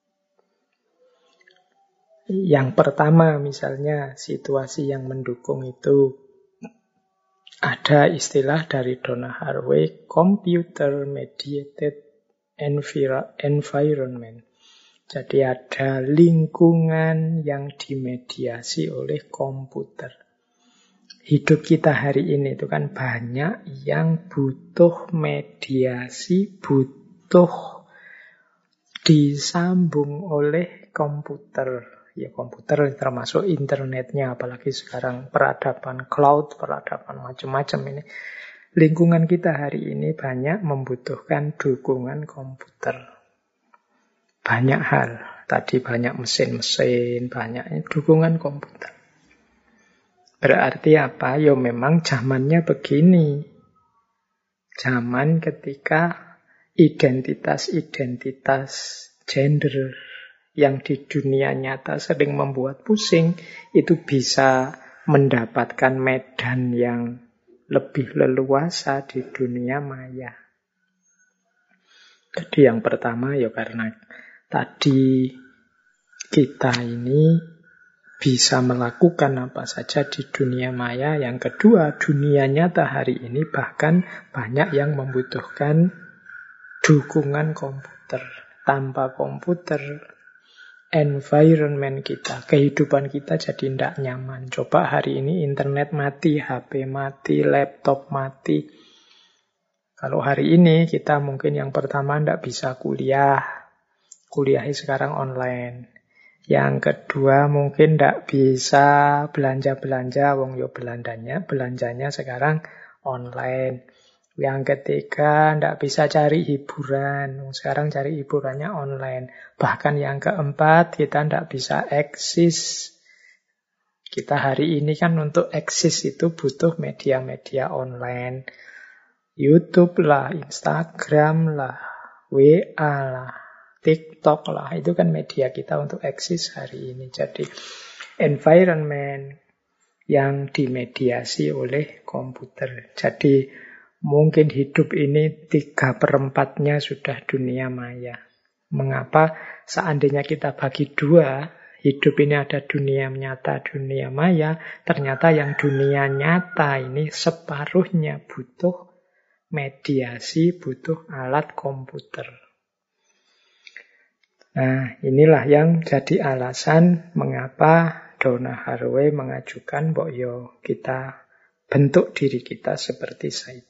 Yang pertama misalnya situasi yang mendukung itu ada istilah dari Donna Haraway, computer mediated environment. Jadi ada lingkungan yang dimediasi oleh komputer. Hidup kita hari ini itu kan banyak yang butuh mediasi, butuh disambung oleh komputer. Ya komputer termasuk internetnya, apalagi sekarang peradaban cloud, peradaban macam-macam ini. Lingkungan kita hari ini banyak membutuhkan dukungan komputer. Banyak hal. Tadi banyak mesin-mesin, banyak dukungan komputer. Berarti apa? Ya memang zamannya begini. Zaman ketika identitas-identitas gender yang di dunia nyata sering membuat pusing, itu bisa mendapatkan medan yang lebih leluasa di dunia maya. Jadi yang pertama ya karena tadi kita ini bisa melakukan apa saja di dunia maya. Yang kedua, dunia nyata hari ini bahkan banyak yang membutuhkan dukungan komputer. Tanpa komputer, environment kita, kehidupan kita jadi tidak nyaman. Coba hari ini internet mati, HP mati, laptop mati. Kalau hari ini kita mungkin yang pertama tidak bisa kuliah. Kuliahnya sekarang online. Yang kedua mungkin tidak bisa belanja-belanja, wong yo belanjanya sekarang online. Yang ketiga, tidak bisa cari hiburan. Sekarang cari hiburannya online. Bahkan yang keempat, kita tidak bisa eksis. Kita hari ini kan untuk eksis itu butuh media-media online. YouTube lah, Instagram lah, WA lah, TikTok lah. Itu kan media kita untuk eksis hari ini. Jadi, environment yang dimediasi oleh komputer. Jadi, mungkin hidup ini 3/4-nya sudah dunia maya. Mengapa seandainya kita bagi dua, hidup ini ada dunia nyata, dunia maya, ternyata yang dunia nyata ini separuhnya butuh mediasi, butuh alat komputer. Nah, inilah yang jadi alasan mengapa Donna Haraway mengajukan bahwa yo kita bentuk diri kita seperti cyborg.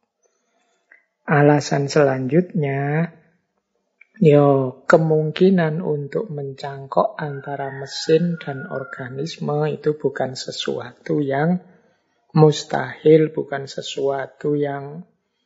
Alasan selanjutnya, kemungkinan untuk mencangkok antara mesin dan organisme itu bukan sesuatu yang mustahil, bukan sesuatu yang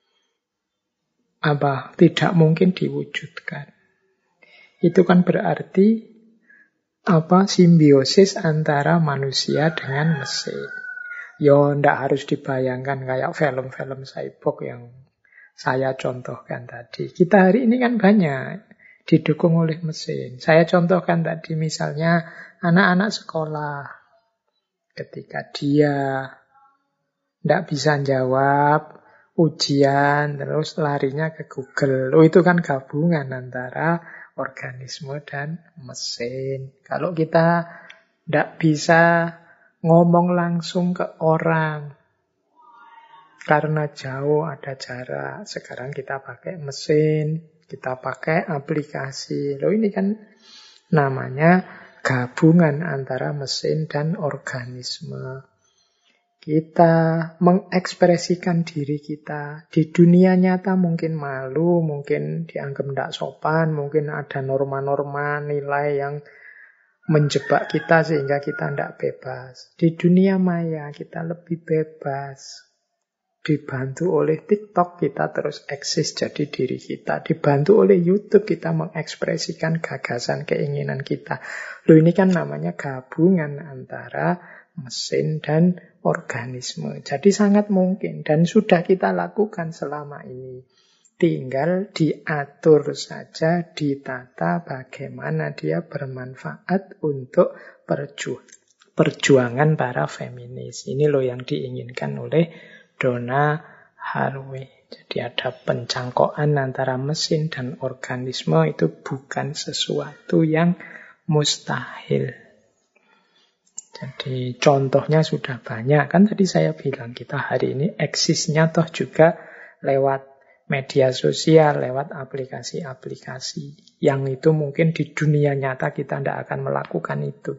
tidak mungkin diwujudkan. Itu kan berarti simbiosis antara manusia dengan mesin. Ndak harus dibayangkan kayak film-film cyborg yang saya contohkan tadi. Kita hari ini kan banyak didukung oleh mesin. Saya contohkan tadi misalnya anak-anak sekolah. Ketika dia tidak bisa jawab ujian, terus larinya ke Google. Itu kan gabungan antara organisme dan mesin. Kalau kita tidak bisa ngomong langsung ke orang, karena jauh ada jarak. Sekarang kita pakai mesin, kita pakai aplikasi. Ini kan namanya gabungan antara mesin dan organisme. Kita mengekspresikan diri kita. Di dunia nyata mungkin malu, mungkin dianggap tidak sopan, mungkin ada norma-norma nilai yang menjebak kita sehingga kita tidak bebas. Di dunia maya kita lebih bebas. Dibantu oleh TikTok kita terus eksis jadi diri kita. Dibantu oleh YouTube kita mengekspresikan gagasan keinginan kita. Ini kan namanya gabungan antara mesin dan organisme. Jadi sangat mungkin dan sudah kita lakukan selama ini. tinggal diatur saja, ditata bagaimana dia bermanfaat untuk perjuangan para feminis. Ini loh yang diinginkan oleh Donna Haraway. Jadi ada pencangkokan antara mesin dan organisme, itu bukan sesuatu yang mustahil. Jadi contohnya sudah banyak. Kan tadi saya bilang kita hari ini eksisnya toh juga lewat media sosial, lewat aplikasi-aplikasi. Yang itu mungkin di dunia nyata kita tidak akan melakukan itu.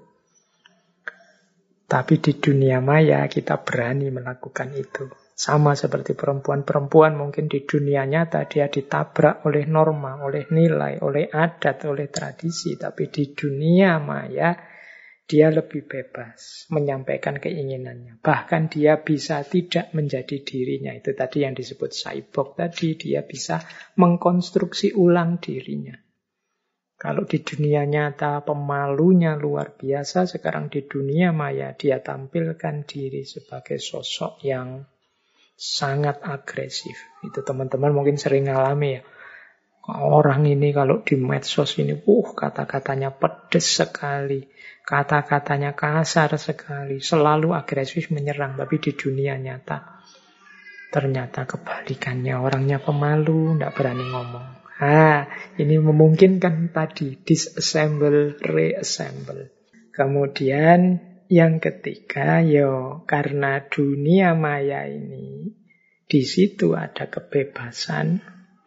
Tapi di dunia maya kita berani melakukan itu. Sama seperti perempuan-perempuan mungkin di dunia nyata dia ditabrak oleh norma, oleh nilai, oleh adat, oleh tradisi. Tapi di dunia maya dia lebih bebas menyampaikan keinginannya. Bahkan dia bisa tidak menjadi dirinya. Itu tadi yang disebut cyborg tadi. Dia bisa mengkonstruksi ulang dirinya. Kalau di dunia nyata pemalunya luar biasa, sekarang di dunia maya dia tampilkan diri sebagai sosok yang sangat agresif. Itu teman-teman mungkin sering ngalami ya. Orang ini kalau di medsos ini, kata-katanya pedes sekali. Kata-katanya kasar sekali. Selalu agresif menyerang. Tapi di dunia nyata ternyata kebalikannya. Orangnya pemalu, tidak berani ngomong. Ini memungkinkan tadi disassemble, reassemble. Kemudian yang ketiga, karena dunia maya ini di situ ada kebebasan,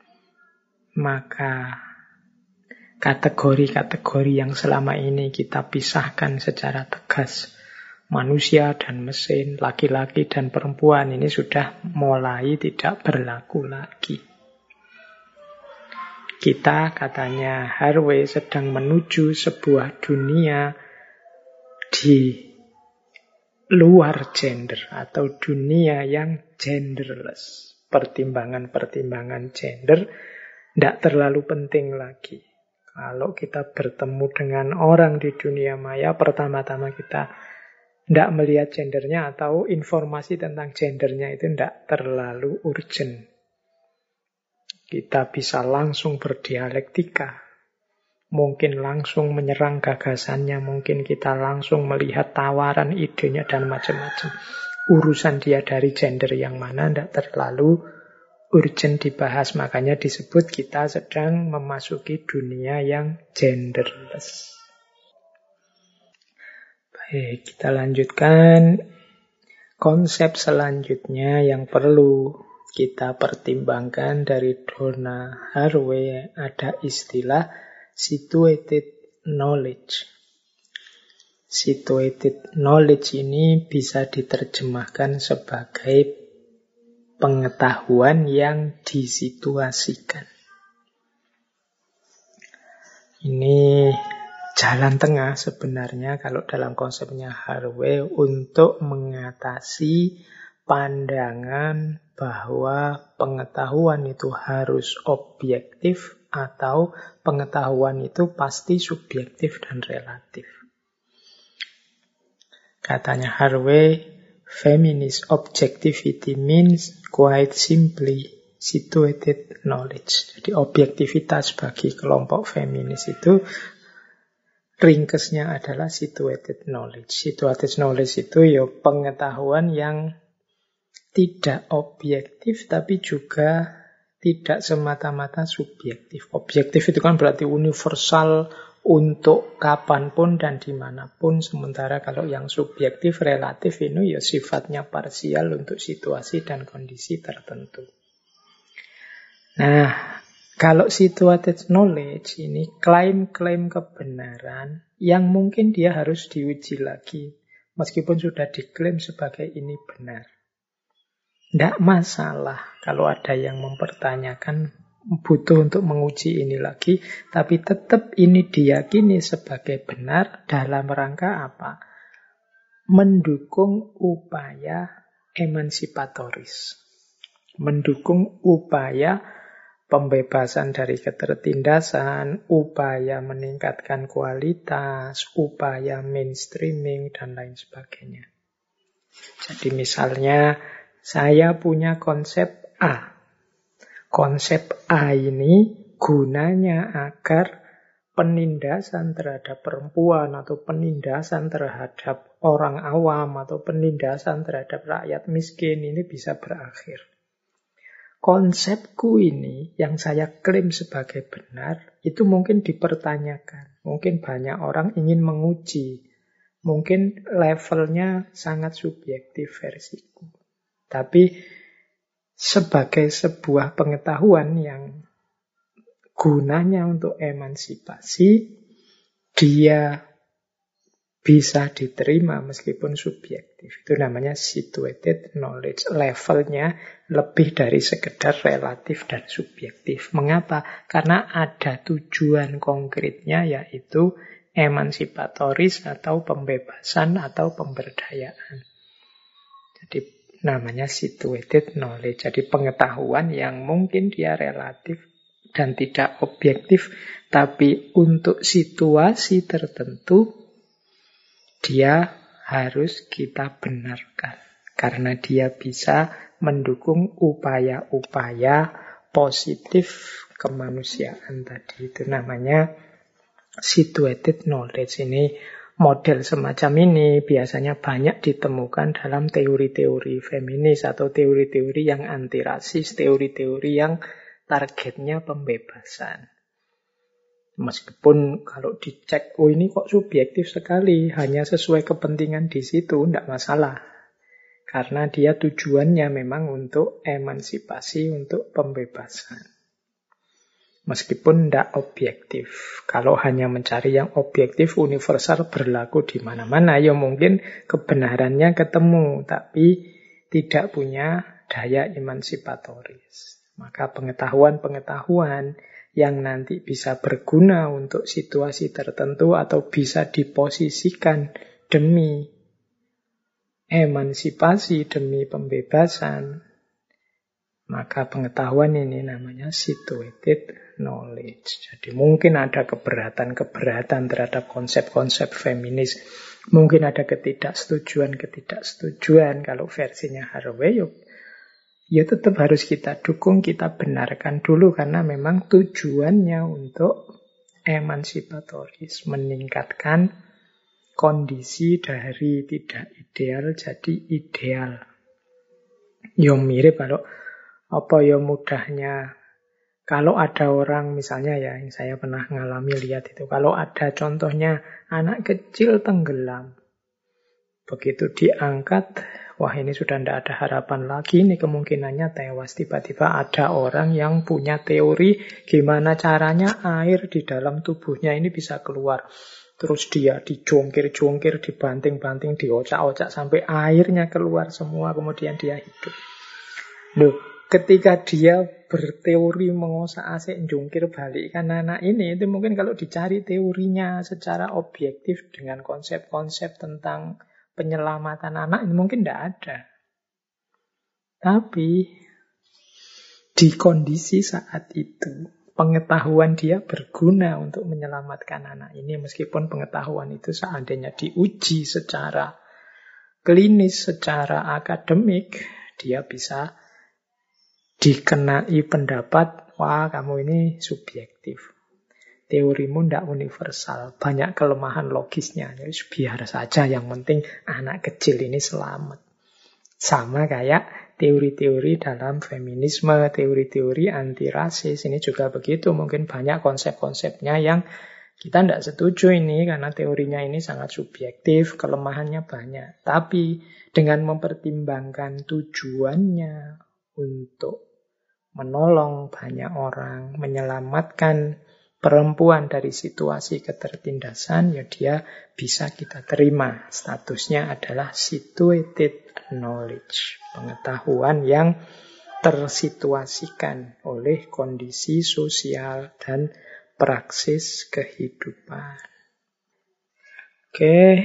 maka kategori-kategori yang selama ini kita pisahkan secara tegas, manusia dan mesin, laki-laki dan perempuan, ini sudah mulai tidak berlaku lagi. Kita, katanya Haraway, sedang menuju sebuah dunia di luar gender atau dunia yang genderless. Pertimbangan-pertimbangan gender tidak terlalu penting lagi. Kalau kita bertemu dengan orang di dunia maya, pertama-tama kita tidak melihat gendernya atau informasi tentang gendernya itu tidak terlalu urgent. Kita bisa langsung berdialektika. Mungkin langsung menyerang gagasannya, mungkin kita langsung melihat tawaran idenya dan macam-macam. Urusan dia dari gender yang mana tidak terlalu urgent dibahas. Makanya disebut kita sedang memasuki dunia yang genderless. Baik, kita lanjutkan. Konsep selanjutnya yang perlu kita pertimbangkan dari Donna Haraway ada istilah situated knowledge. Situated knowledge ini bisa diterjemahkan sebagai pengetahuan yang disituasikan. Ini jalan tengah sebenarnya kalau dalam konsepnya Haraway untuk mengatasi pandangan bahwa pengetahuan itu harus objektif atau pengetahuan itu pasti subjektif dan relatif. Katanya Haraway, feminist objectivity means quite simply situated knowledge. Jadi objektivitas bagi kelompok feminis itu ringkesnya adalah situated knowledge. Situated knowledge itu pengetahuan yang tidak objektif tapi juga tidak semata-mata subjektif. Objektif itu kan berarti universal untuk kapanpun dan dimanapun. Sementara kalau yang subjektif, relatif ini sifatnya parsial untuk situasi dan kondisi tertentu. Nah, kalau situated knowledge ini klaim-klaim kebenaran yang mungkin dia harus diuji lagi. Meskipun sudah diklaim sebagai ini benar. Tidak masalah kalau ada yang mempertanyakan, butuh untuk menguji ini lagi, tapi tetap ini diyakini sebagai benar dalam rangka apa? Mendukung upaya emansipatoris. Mendukung upaya pembebasan dari ketertindasan, upaya meningkatkan kualitas, upaya mainstreaming, dan lain sebagainya. Jadi misalnya, saya punya konsep A. konsep A ini gunanya agar penindasan terhadap perempuan atau penindasan terhadap orang awam atau penindasan terhadap rakyat miskin ini bisa berakhir. Konsepku ini yang saya klaim sebagai benar itu mungkin dipertanyakan. Mungkin banyak orang ingin menguji. Mungkin levelnya sangat subjektif versiku. Tapi sebagai sebuah pengetahuan yang gunanya untuk emansipasi, dia bisa diterima meskipun subjektif. Itu namanya situated knowledge. Levelnya lebih dari sekedar relatif dan subjektif. Mengapa? Karena ada tujuan konkretnya, yaitu emansipatoris atau pembebasan atau pemberdayaan. Jadi namanya situated knowledge. Jadi pengetahuan yang mungkin dia relatif dan tidak objektif, tapi untuk situasi tertentu dia harus kita benarkan. Karena dia bisa mendukung upaya-upaya positif kemanusiaan tadi. Itu namanya situated knowledge. Ini model semacam ini biasanya banyak ditemukan dalam teori-teori feminis atau teori-teori yang anti-rasis, teori-teori yang targetnya pembebasan. Meskipun kalau dicek, oh ini kok subjektif sekali, hanya sesuai kepentingan di situ, tidak masalah. Karena dia tujuannya memang untuk emansipasi, untuk pembebasan. Meskipun tidak objektif. Kalau hanya mencari yang objektif, universal, berlaku di mana-mana, ya mungkin kebenarannya ketemu, tapi tidak punya daya emansipatoris. Maka pengetahuan-pengetahuan yang nanti bisa berguna untuk situasi tertentu atau bisa diposisikan demi emansipasi, demi pembebasan, maka pengetahuan ini namanya situated knowledge. Jadi mungkin ada keberatan-keberatan terhadap konsep-konsep feminis. Mungkin ada ketidaksetujuan kalau versinya Haraway, ya tetap harus kita dukung, kita benarkan dulu karena memang tujuannya untuk emansipatoris, meningkatkan kondisi dari tidak ideal jadi ideal. Ya mirip kalau mudahnya kalau ada orang misalnya ya yang saya pernah ngalami lihat itu, kalau ada contohnya anak kecil tenggelam, begitu diangkat, wah ini sudah tidak ada harapan lagi, ini kemungkinannya tewas. Tiba-tiba ada orang yang punya teori gimana caranya air di dalam tubuhnya ini bisa keluar. Terus dia dijungkir-jungkir, dibanting-banting, diocak-ocak sampai airnya keluar semua, kemudian dia hidup. Loh, ketika dia berteori mengosak-asik jungkir balikkan anak ini, itu mungkin kalau dicari teorinya secara objektif dengan konsep-konsep tentang penyelamatan anak ini mungkin tidak ada. Tapi di kondisi saat itu pengetahuan dia berguna untuk menyelamatkan anak ini, meskipun pengetahuan itu seandainya diuji secara klinis, secara akademik, dia bisa dikenai pendapat, wah kamu ini subjektif. Teorimu tidak universal, banyak kelemahan logisnya. Jadi biar saja, yang penting anak kecil ini selamat. Sama kayak teori-teori dalam feminisme, teori-teori anti-rasis. Ini juga begitu, mungkin banyak konsep-konsepnya yang kita tidak setuju ini, karena teorinya ini sangat subjektif, kelemahannya banyak. Tapi dengan mempertimbangkan tujuannya untuk menolong banyak orang, menyelamatkan perempuan dari situasi ketertindasan, ya dia bisa kita terima. Statusnya adalah situated knowledge, pengetahuan yang tersituasikan oleh kondisi sosial dan praksis kehidupan. Oke,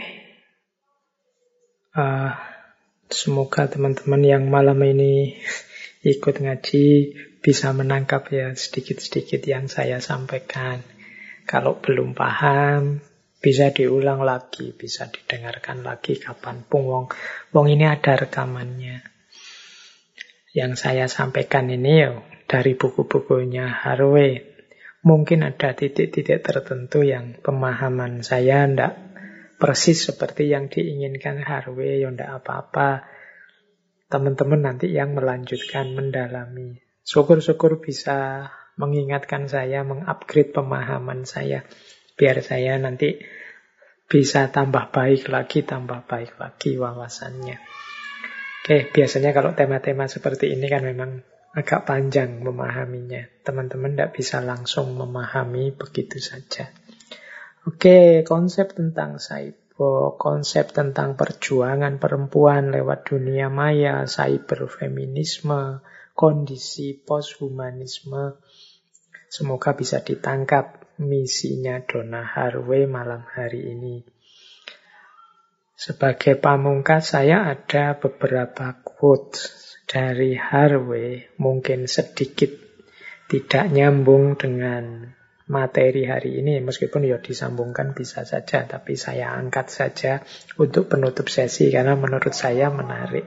semoga teman-teman yang malam ini ikut ngaji bisa menangkap ya sedikit-sedikit yang saya sampaikan. Kalau belum paham, bisa diulang lagi, bisa didengarkan lagi kapanpun. Wong ini ada rekamannya. Yang saya sampaikan ini ya dari buku-bukunya Haraway. Mungkin ada titik-titik tertentu yang pemahaman saya tidak persis seperti yang diinginkan Haraway, ya tidak apa-apa. Teman-teman nanti yang melanjutkan, mendalami. Syukur-syukur bisa mengingatkan saya, mengupgrade pemahaman saya. Biar saya nanti bisa tambah baik lagi wawasannya. Oke, biasanya kalau tema-tema seperti ini kan memang agak panjang memahaminya. Teman-teman tidak bisa langsung memahami begitu saja. Oke, konsep tentang cyborg, konsep tentang perjuangan perempuan lewat dunia maya, cyberfeminisme, kondisi posthumanisme. Semoga bisa ditangkap misinya Donna Haraway malam hari ini. Sebagai pamungkas, saya ada beberapa quote dari Haraway, mungkin sedikit tidak nyambung dengan materi hari ini, meskipun ya disambungkan bisa saja, tapi saya angkat saja untuk penutup sesi karena menurut saya menarik.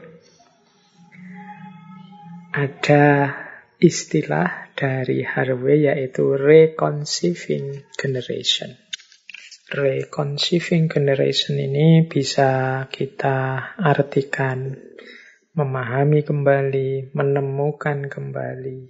Ada istilah dari Haraway yaitu reconceiving generation. Reconceiving generation ini bisa kita artikan memahami kembali, menemukan kembali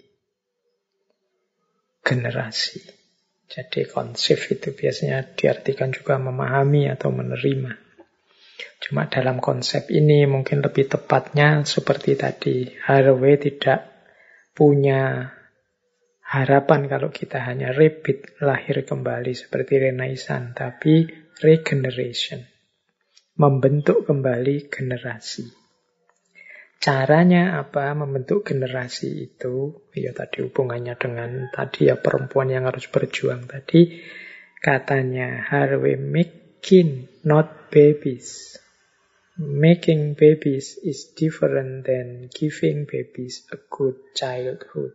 generasi. Jadi conceive itu biasanya diartikan juga memahami atau menerima. Cuma dalam konsep ini mungkin lebih tepatnya seperti tadi, Haraway tidak punya harapan kalau kita hanya repeat, lahir kembali seperti Renaissance, tapi regeneration, membentuk kembali generasi. Caranya apa membentuk generasi itu? Ya tadi hubungannya dengan tadi ya perempuan yang harus berjuang tadi. Katanya Haraway, making not babies. Making babies is different than giving babies a good childhood.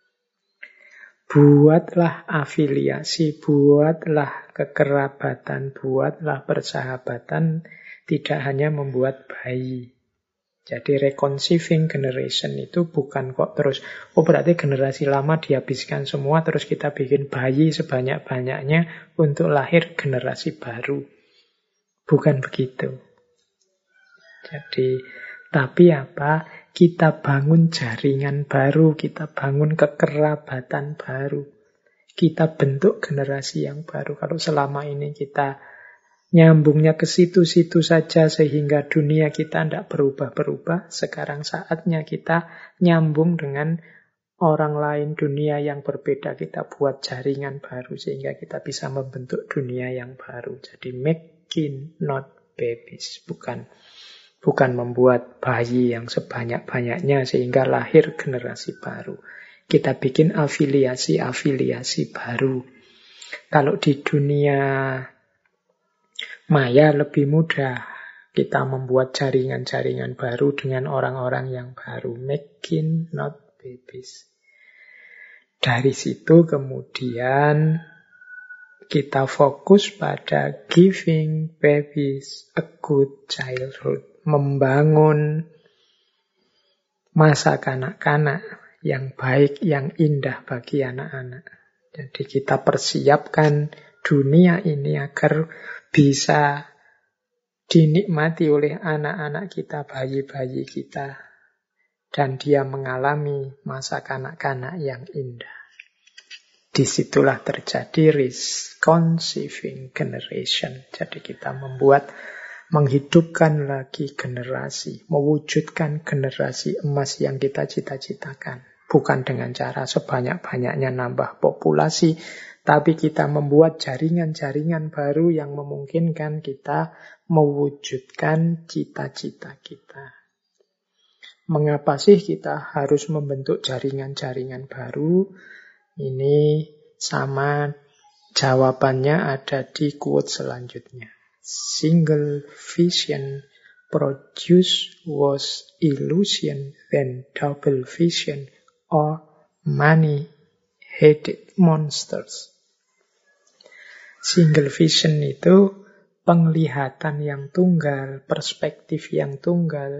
Buatlah afiliasi, buatlah kekerabatan, buatlah persahabatan, tidak hanya membuat bayi. Jadi reconceiving generation itu bukan kok terus, oh berarti generasi lama dihabiskan semua, terus kita bikin bayi sebanyak-banyaknya untuk lahir generasi baru. Bukan begitu. Jadi, tapi apa? Kita bangun jaringan baru, kita bangun kekerabatan baru. Kita bentuk generasi yang baru. Kalau selama ini kita nyambungnya ke situ-situ saja sehingga dunia kita tidak berubah-berubah, sekarang saatnya kita nyambung dengan orang lain, dunia yang berbeda. Kita buat jaringan baru sehingga kita bisa membentuk dunia yang baru. Jadi making not babies, bukan membuat bayi yang sebanyak-banyaknya sehingga lahir generasi baru. Kita bikin afiliasi-afiliasi baru. Kalau di dunia maya lebih mudah. Kita membuat jaringan-jaringan baru dengan orang-orang yang baru. Making not babies. Dari situ kemudian kita fokus pada giving babies a good childhood. Membangun masa kanak-kanak yang baik, yang indah bagi anak-anak. Jadi kita persiapkan dunia ini agar bisa dinikmati oleh anak-anak kita, bayi-bayi kita. Dan dia mengalami masa kanak-kanak yang indah. Disitulah terjadi reconceiving generation. Jadi kita menghidupkan lagi generasi, mewujudkan generasi emas yang kita cita-citakan. Bukan dengan cara sebanyak-banyaknya nambah populasi, tapi kita membuat jaringan-jaringan baru yang memungkinkan kita mewujudkan cita-cita kita. Mengapa sih kita harus membentuk jaringan-jaringan baru? Ini sama jawabannya ada di quote selanjutnya. Single vision produced was illusion, then double vision or money-headed monsters. Single vision itu penglihatan yang tunggal, perspektif yang tunggal,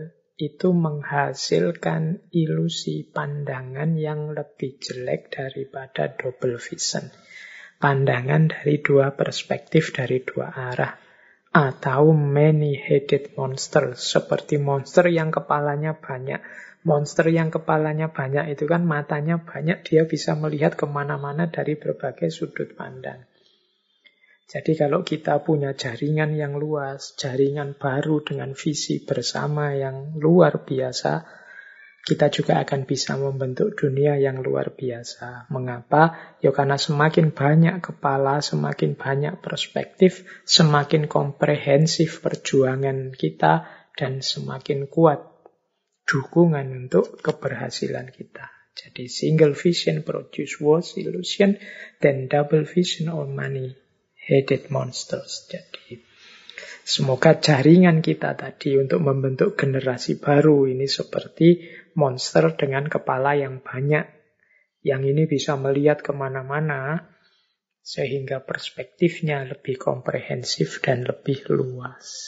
itu menghasilkan ilusi pandangan yang lebih jelek daripada double vision. Pandangan dari dua perspektif, dari dua arah. Atau many-headed monster, seperti monster yang kepalanya banyak. Monster yang kepalanya banyak itu kan matanya banyak, dia bisa melihat kemana-mana dari berbagai sudut pandang. Jadi kalau kita punya jaringan yang luas, jaringan baru dengan visi bersama yang luar biasa, kita juga akan bisa membentuk dunia yang luar biasa. Mengapa? Ya karena semakin banyak kepala, semakin banyak perspektif, semakin komprehensif perjuangan kita, dan semakin kuat dukungan untuk keberhasilan kita. Jadi single vision produce worse illusion than double vision or many-headed monsters. Jadi semoga jaringan kita tadi untuk membentuk generasi baru ini seperti monster dengan kepala yang banyak. Yang ini bisa melihat kemana-mana sehingga perspektifnya lebih komprehensif dan lebih luas.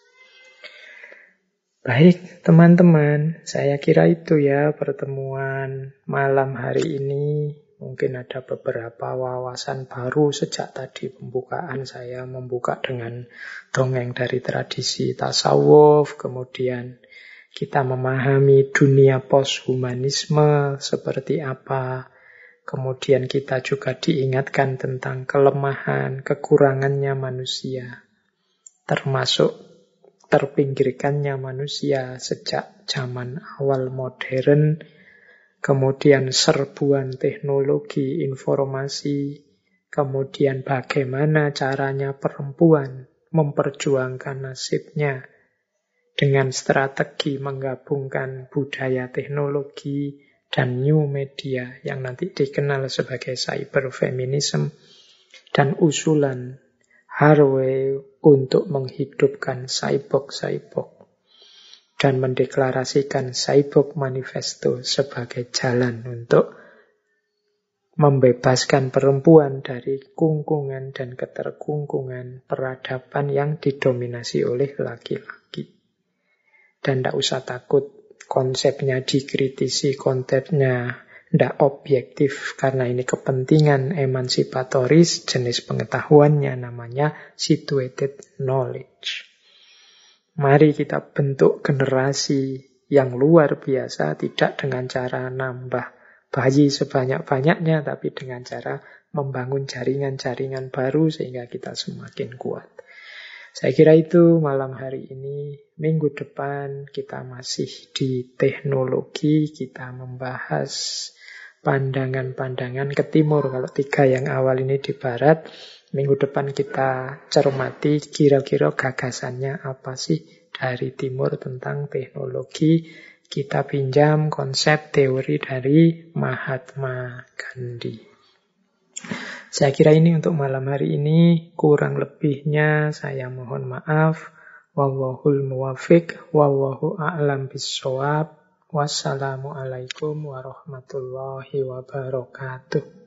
Baik teman-teman, saya kira itu ya pertemuan malam hari ini. Mungkin ada beberapa wawasan baru sejak tadi pembukaan saya membuka dengan dongeng dari tradisi tasawuf. Kemudian kita memahami dunia posthumanisme seperti apa. Kemudian kita juga diingatkan tentang kelemahan, kekurangannya manusia. Termasuk terpinggirkannya manusia sejak zaman awal modern. Kemudian serbuan teknologi informasi, kemudian bagaimana caranya perempuan memperjuangkan nasibnya dengan strategi menggabungkan budaya teknologi dan new media yang nanti dikenal sebagai cyberfeminism, dan usulan Harvey untuk menghidupkan cyborg-cyborg dan mendeklarasikan Cyborg Manifesto sebagai jalan untuk membebaskan perempuan dari kungkungan dan keterkungkungan peradaban yang didominasi oleh laki-laki. Dan tidak usah takut konsepnya dikritisi, kontennya tidak objektif karena ini kepentingan emansipatoris, jenis pengetahuannya namanya situated knowledge. Mari kita bentuk generasi yang luar biasa, tidak dengan cara nambah bayi sebanyak-banyaknya, tapi dengan cara membangun jaringan-jaringan baru sehingga kita semakin kuat. Saya kira itu malam hari ini. Minggu depan kita masih di teknologi, kita membahas pandangan-pandangan ke timur. Kalau 3 yang awal ini di barat, minggu depan kita cermati kira-kira gagasannya apa sih dari timur tentang teknologi. Kita pinjam konsep teori dari Mahatma Gandhi. Saya kira ini untuk malam hari ini. Kurang lebihnya saya mohon maaf. Wallahul muwafiq, wallahu a'lam bissawab. Wassalamualaikum warahmatullahi wabarakatuh.